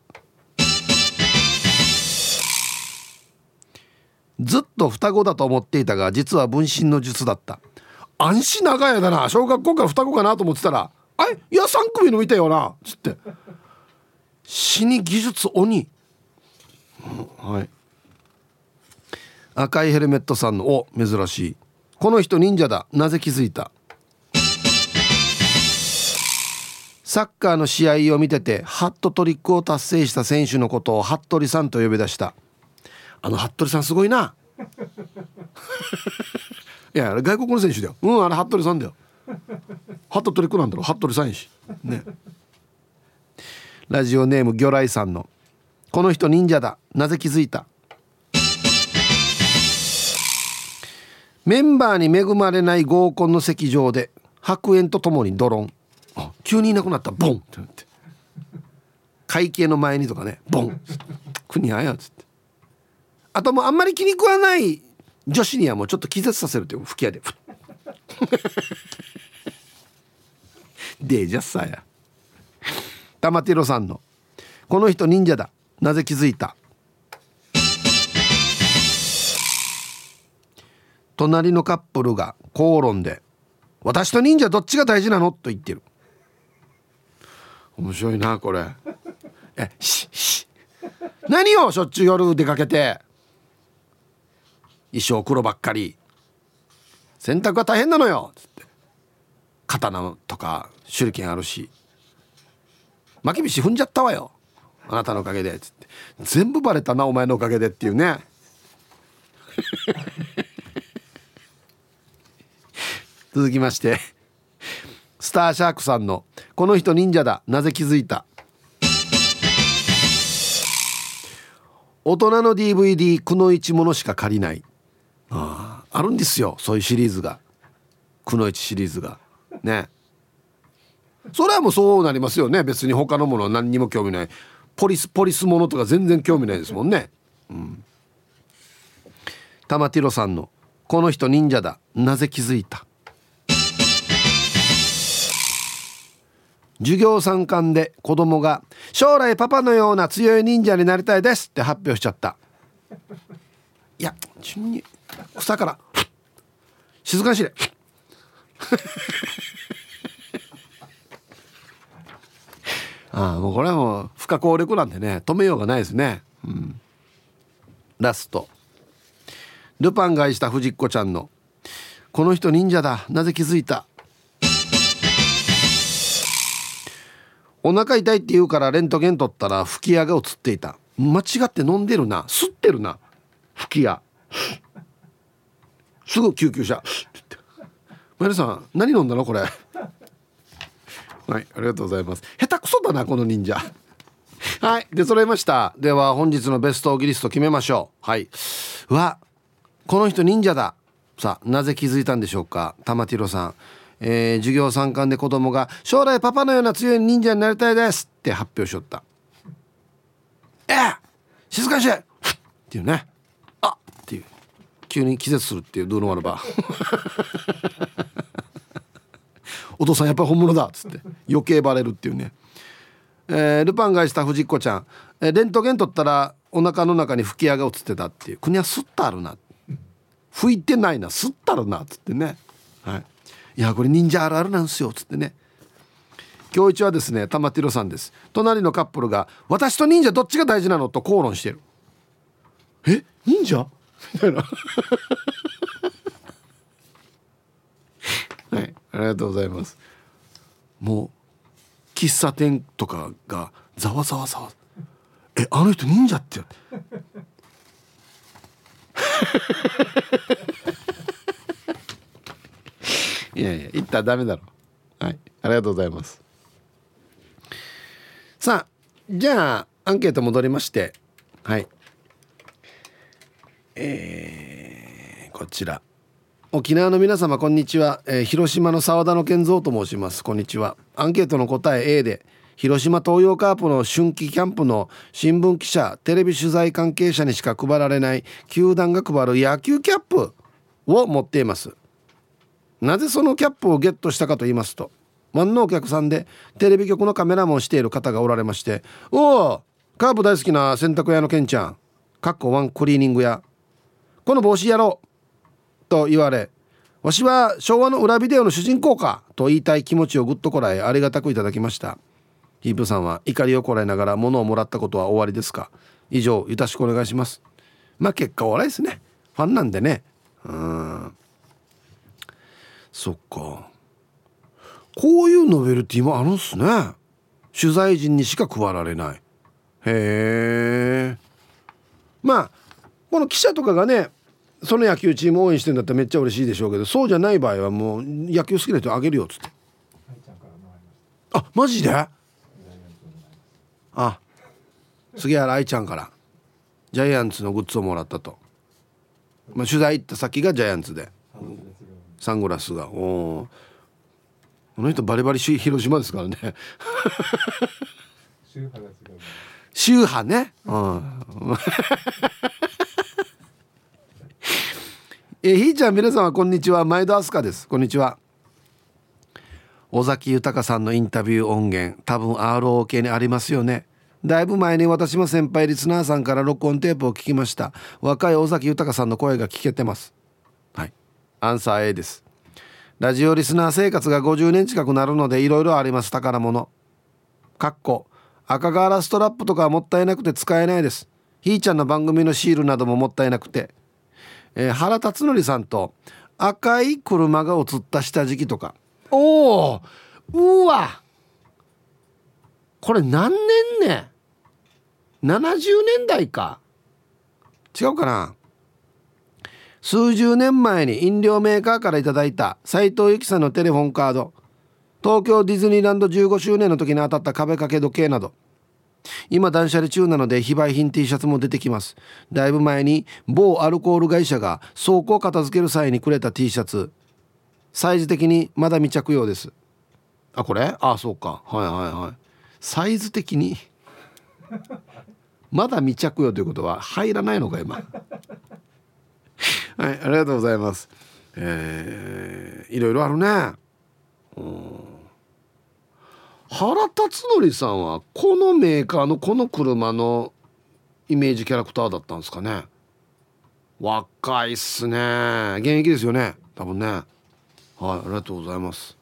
ずっと双子だと思っていたが実は分身の術だった。安心長い間だな。小学校から双子かなと思ってたら、いや3組の見たよなつって死に技術鬼、はい。赤いヘルメットさんのお珍しいこの人忍者だ、なぜ気づいた。サッカーの試合を見ててハットトリックを達成した選手のことを服部さんと呼び出した。服部さんすごいな。いや外国の選手だよ。服部さんだよ。ハットトリックなんだろう、服部さんやしね。ラジオネーム魚雷さんのこの人忍者だ、なぜ気づいた。メンバーに恵まれない合コンの席上で白煙とともにドロン、急にいなくなった、ボンってなって、会計の前にとかね、ボン国あやつって、あともうあんまり気に食わない女子にはもうちょっと気絶させるという吹き矢ででじゃっさや。玉ティロさんのこの人忍者だ、なぜ気づいた。隣のカップルが口論で私と忍者どっちが大事なのと言ってる。面白いなこれ。何よしょっちゅう夜出かけて衣装黒ばっかり、洗濯は大変なのよつって、刀とか手裏剣あるし巻き菱踏んじゃったわよあなたのおかげでつって、全部バレたなお前のおかげでっていうね続きましてスターシャークさんのこの人忍者だなぜ気づいた。大人の DVD くのいちものしか借りない。あるんですよそういうシリーズが、くのいちシリーズがね。それはもうそうなりますよね。別に他のものは何にも興味ない。ポリスものとか全然興味ないですもんね。玉ティロさんのこの人忍者だなぜ気づいた。授業参観で子供が将来パパのような強い忍者になりたいですって発表しちゃった。いや順に草から静かにしれもうこれはもう不可抗力なんでね止めようがないですね。ラストルパンが愛した藤子ちゃんのこの人忍者だなぜ気づいた。お腹痛いって言うからレントゲン取ったら吹き矢が映っていた。間違って飲んでるな、吸ってるな、吹き矢。すぐ救急車皆さん何飲んだのこれはい、ありがとうございます。下手くそだなこの忍者はい、出揃いました。では本日のベストオギリスト決めましょう。はい、この人忍者だ。さあなぜ気づいたんでしょうか。玉ティロさん、授業参観で子供が将来パパのような強い忍者になりたいですって発表しよった。静かにしてっていうね、っていう急に気絶するっていうどうのわらばお父さんやっぱり本物だっつって余計バレるっていうね。ルパンがした藤子ちゃん、レントゲン取ったらお腹の中に吹き矢が映ってたっていう。国は吸ったあるな、吹いてないな、吸ったるなっつってね。はい、いやこれ忍者あるあるなんですよつってね。今日一はですね玉ティロさんです。隣のカップルが私と忍者どっちが大事なのと口論してる。忍者みたいなはい、ありがとうございます。もう喫茶店とかがざわざわざわ、あの人忍者っていや言ったらダメだろ。はい、ありがとうございます。さあじゃあアンケート戻りまして、はい、こちら沖縄の皆様こんにちは、広島の沢田の健三と申します。こんにちは。アンケートの答え A で広島東洋カープの春季キャンプの新聞記者テレビ取材関係者にしか配られない球団が配る野球キャップを持っています。なぜそのキャップをゲットしたかと言いますと、万能お客さんでテレビ局のカメラマンをしている方がおられまして、カープ大好きな洗濯屋のケンちゃんワンクリーニング屋、この帽子やろうと言われ、わしは昭和の裏ビデオの主人公かと言いたい気持ちをぐっとこらえありがたくいただきました。ヒープさんは怒りをこらえながら物をもらったことは終わりですか。以上よろしくお願いします。結果お笑いですね。ファンなんでね。そっか、こういうノベルティもあるんすね。取材陣にしか配られない。へえ。この記者とかがねその野球チーム応援してんだったらめっちゃ嬉しいでしょうけど、そうじゃない場合はもう野球好きな人あげるよっつって。マジで杉原愛ちゃんからジャイアンツのグッズをもらったと。取材行った先がジャイアンツでサングラスがこの人バリバリ広島ですからね宗派ね、ひーちゃん皆様こんにちは、前田明日香です。こんにちは。尾崎豊さんのインタビュー音源多分 ROK にありますよね。だいぶ前に私も先輩リスナーさんから録音テープを聞きました。若い尾崎豊さんの声が聞けてます。はい、アンサー A です。ラジオリスナー生活が50年近くなるのでいろいろあります。宝物赤瓦ストラップとかはもったいなくて使えないです。ひーちゃんの番組のシールなどももったいなくて、原辰徳さんと赤い車が映った下敷きとか、うわこれ何年ね、70年代か、違うかな。数十年前に飲料メーカーからいただいた斉藤由貴さんのテレフォンカード、東京ディズニーランド15周年の時に当たった壁掛け時計など、今断捨離中なので非売品 T シャツも出てきます。だいぶ前に某アルコール会社が倉庫を片付ける際にくれた T シャツ、サイズ的にまだ未着用です。あ、これ、あ、そうか、はいはいはい。サイズ的にまだ未着用ということは入らないのか今はい、ありがとうございます。いろいろあるね。原辰徳さんはこのメーカーのこの車のイメージキャラクターだったんですかね。若いっすね。現役ですよね多分ね。はい、ありがとうございます。